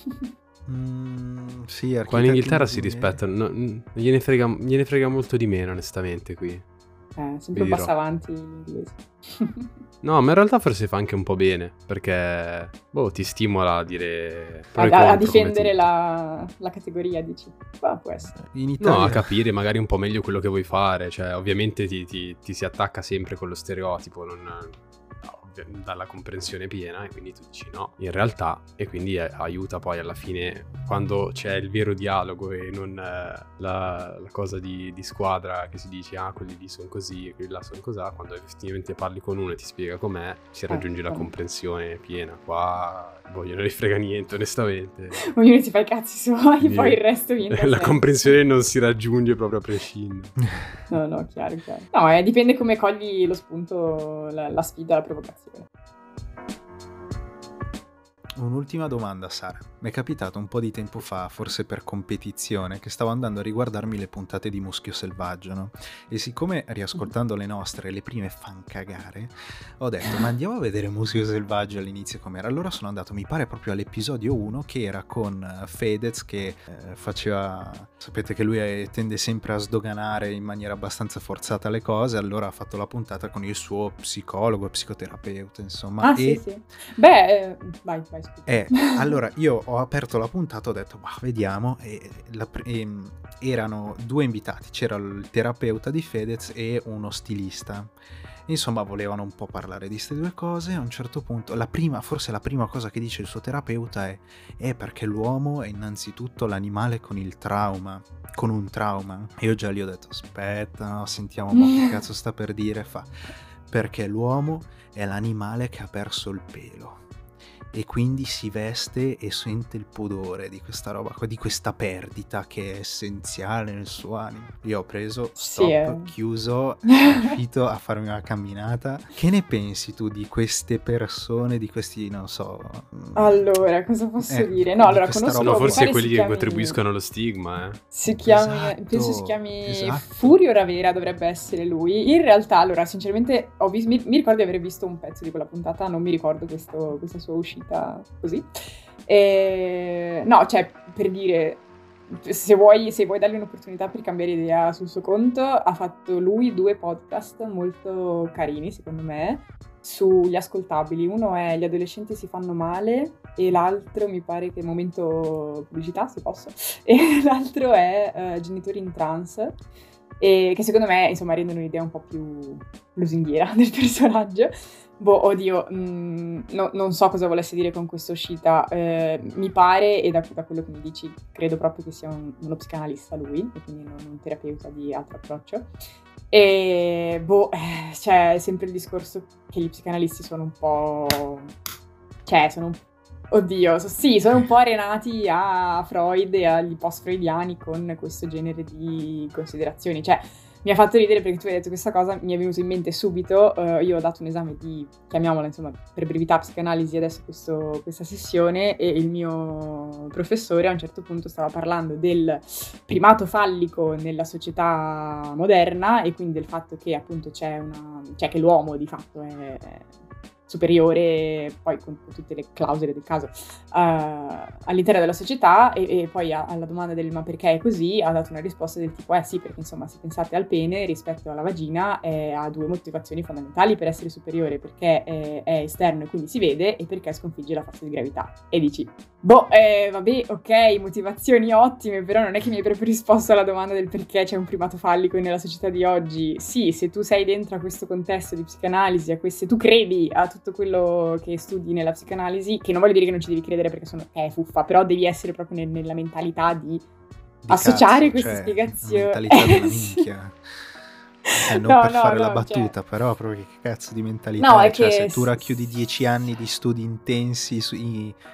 Mm, sì, Qua in Inghilterra si ingegneri. rispettano, no, mm, gliene frega, gliene frega molto di meno, onestamente, qui. Eh, sempre Vi un passo dirò. avanti l'inglese. No, ma in realtà forse fa anche un po' bene, perché, boh, ti stimola a dire pro A, e a- a contro, come difendere tutto. la, la categoria, dici. Ma può essere. In No, Italia a capire magari un po' meglio quello che vuoi fare, cioè ovviamente ti, ti- ti si attacca sempre con lo stereotipo, non, no, ovvia- dalla comprensione piena, e quindi tu dici no, in realtà, e quindi eh, aiuta poi alla fine, quando c'è il vero dialogo e non eh, la, la cosa di, di squadra che si dice ah quelli lì sono così e quelli là sono così, quando effettivamente parli con uno e ti spiega com'è, si raggiunge la Ecco. comprensione piena. Qua boh, gliene frega niente, onestamente. Ognuno si fa i cazzi suoi, Quindi poi il resto viene da la sé. comprensione non si raggiunge proprio a prescindere. No, no, chiaro, chiaro. No, eh, dipende come cogli lo spunto, la, la sfida, la provocazione. Un'ultima domanda, Sara. Mi è capitato un po' di tempo fa, forse per competizione, che stavo andando a riguardarmi le puntate di Muschio Selvaggio, no? E siccome riascoltando le nostre, le prime fan cagare, ho detto, ma andiamo a vedere Muschio Selvaggio all'inizio com'era. Allora sono andato, mi pare, proprio all'episodio uno, che era con eh, Fedez, che eh, faceva... Sapete che lui è- tende sempre a sdoganare in maniera abbastanza forzata le cose, allora ha fatto la puntata con il suo psicologo, psicoterapeuta, insomma. Ah, e sì, sì. Beh, eh, vai, vai, scusa. eh, allora io ho aperto la puntata, ho detto, bah, vediamo, e la pr- ehm, erano due invitati, c'era il terapeuta di Fedez e uno stilista. Insomma, volevano un po' parlare di queste due cose. A un certo punto, la prima, forse la prima cosa che dice il suo terapeuta è è perché l'uomo è innanzitutto l'animale con il trauma, con un trauma. E io già lì ho detto, aspetta, no, sentiamo un po' che cazzo sta per dire. Fa, perché l'uomo è l'animale che ha perso il pelo e quindi si veste e sente il pudore di questa roba qua, di questa perdita che è essenziale nel suo animo. Io ho preso, stop, Sì, eh. chiuso, sono uscito a farmi una camminata. Che ne pensi tu di queste persone, di questi, non so... Allora, cosa posso eh, dire? No, di allora, questa conosco... roba No, qua. mi forse pare quelli si che chiami- contribuiscono allo stigma, eh. Si chiami, Esatto, penso si chiami esatto. Furio Ravera, dovrebbe essere lui. In realtà, allora, sinceramente, ho vis- mi, mi ricordo di aver visto un pezzo di quella puntata, non mi ricordo questo- questa sua uscita così. E, no, cioè, per dire, se vuoi, se vuoi dargli un'opportunità per cambiare idea sul suo conto, ha fatto lui due podcast molto carini, secondo me, sugli ascoltabili. Uno è Gli adolescenti si fanno male e l'altro mi pare che momento pubblicità, se posso, e l'altro è eh, Genitori in trance, e che secondo me insomma rendono un'idea un po' più lusinghiera del personaggio. Boh, oddio, mh, no- non so cosa volesse dire con questa uscita. Eh, mi pare, e da, da quello che mi dici, credo proprio che sia un- uno psicanalista lui, e quindi non un terapeuta di altro approccio. E boh, eh, c'è sempre il discorso che gli psicanalisti sono un po'... cioè, sono un... Oddio, so- sì, sono un po' arenati a Freud e agli post-freudiani con questo genere di considerazioni. Cioè, mi ha fatto ridere perché tu hai detto questa cosa, mi è venuto in mente subito. eh, io ho dato un esame di, chiamiamola insomma, per brevità, psicanalisi adesso questo- questa sessione, e il mio professore a un certo punto stava parlando del primato fallico nella società moderna, e quindi del fatto che appunto c'è una, cioè che l'uomo di fatto è superiore, poi con, con tutte le clausole del caso, uh, all'interno della società, e, e poi a, alla domanda del ma perché è così ha dato una risposta del tipo eh sì, perché insomma se pensate al pene rispetto alla vagina eh, ha due motivazioni fondamentali per essere superiore, perché è, è esterno e quindi si vede, e perché sconfigge la forza di gravità. E dici boh, eh, vabbè, ok, motivazioni ottime, però non è che mi hai proprio risposto alla domanda del perché c'è un primato fallico nella società di oggi. Sì, se tu sei dentro a questo contesto di psicanalisi, a queste, tu credi a tutto quello che studi nella psicanalisi, che non voglio dire che non ci devi credere perché sono è fuffa, però devi essere proprio nel- nella mentalità di, Di associare cazzo, queste cioè, spiegazioni. mentalità Eh, della sì. minchia. Eh, non No, per no, fare no, la battuta, cioè- però proprio che cazzo di mentalità No, è? è Cioè, che se tu s- racchiudi dieci anni di studi intensi su- i-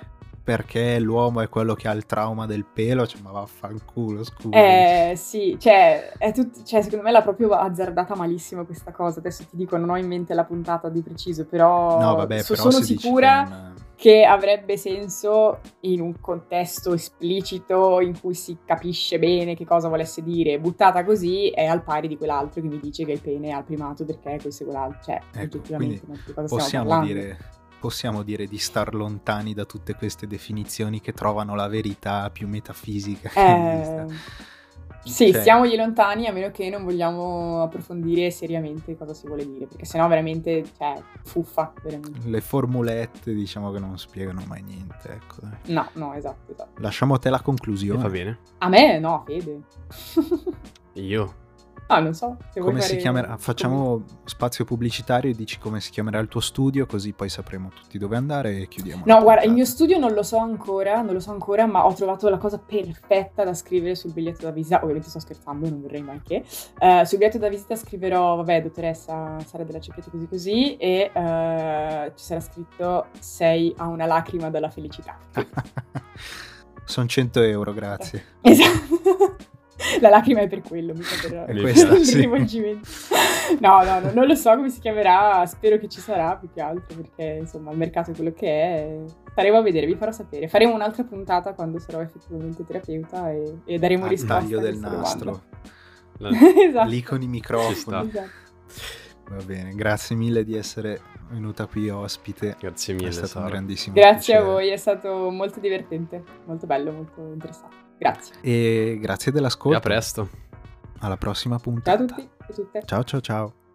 perché l'uomo è quello che ha il trauma del pelo, cioè, ma vaffanculo, scusa. Eh sì, cioè, è tut- cioè secondo me l'ha proprio azzardata malissimo questa cosa. Adesso ti dico, non ho in mente la puntata di preciso, però, No, vabbè, so- però sono se dici sicura che è un- che avrebbe senso in un contesto esplicito in cui si capisce bene che cosa volesse dire. Buttata così è al pari di quell'altro che mi dice che il pene ha primato perché questo e quell'altro. Cioè, Ecco, oggettivamente, quindi ma di cosa possiamo stiamo parlando? dire, possiamo dire di star lontani da tutte queste definizioni che trovano la verità più metafisica che Eh, esista. sì, Cioè, stiamogli lontani a meno che non vogliamo approfondire seriamente cosa si vuole dire, perché sennò veramente, cioè, fuffa, veramente. le formulette diciamo che non spiegano mai niente, ecco, dai. No, no, esatto, esatto. Lasciamo a te la Mi conclusione. fa bene. A me no, Fede. Io? Ah, non so, se vuoi Come si fare- chiamerà? Facciamo spazio pubblicitario e dici come si chiamerà il tuo studio, così poi sapremo tutti dove andare e chiudiamo. la No, guarda, il puntata. mio studio non lo so ancora, non lo so ancora, ma ho trovato la cosa perfetta da scrivere sul biglietto da visita. Ovviamente sto scherzando, non vorrei mai che. Eh, sul biglietto da visita scriverò, vabbè, dottoressa Sara dell'Erci Prete così così, e eh, ci sarà scritto sei a una lacrima dalla felicità. Sono cento euro, grazie. Esatto. La lacrima è per quello, mica per È per questa, il sì. rivolgimento. No, no, no, non lo so come si chiamerà, spero che ci sarà più che altro, perché insomma il mercato è quello che è. Staremo a vedere, vi farò sapere. Faremo un'altra puntata quando sarò effettivamente terapeuta e, e daremo Al risposta taglio a del questa nastro, La- domanda. Esatto. lì con i Ci microfoni. sta. Esatto. Va bene, grazie mille di essere venuta qui ospite. Grazie È mille, stato un Sara. grandissimo Grazie a piacere. voi, è stato molto divertente, molto bello, molto interessante. Grazie. E grazie E dell'ascolto. a presto. Alla prossima Ciao puntata. a tutti e tutte. Ciao ciao ciao.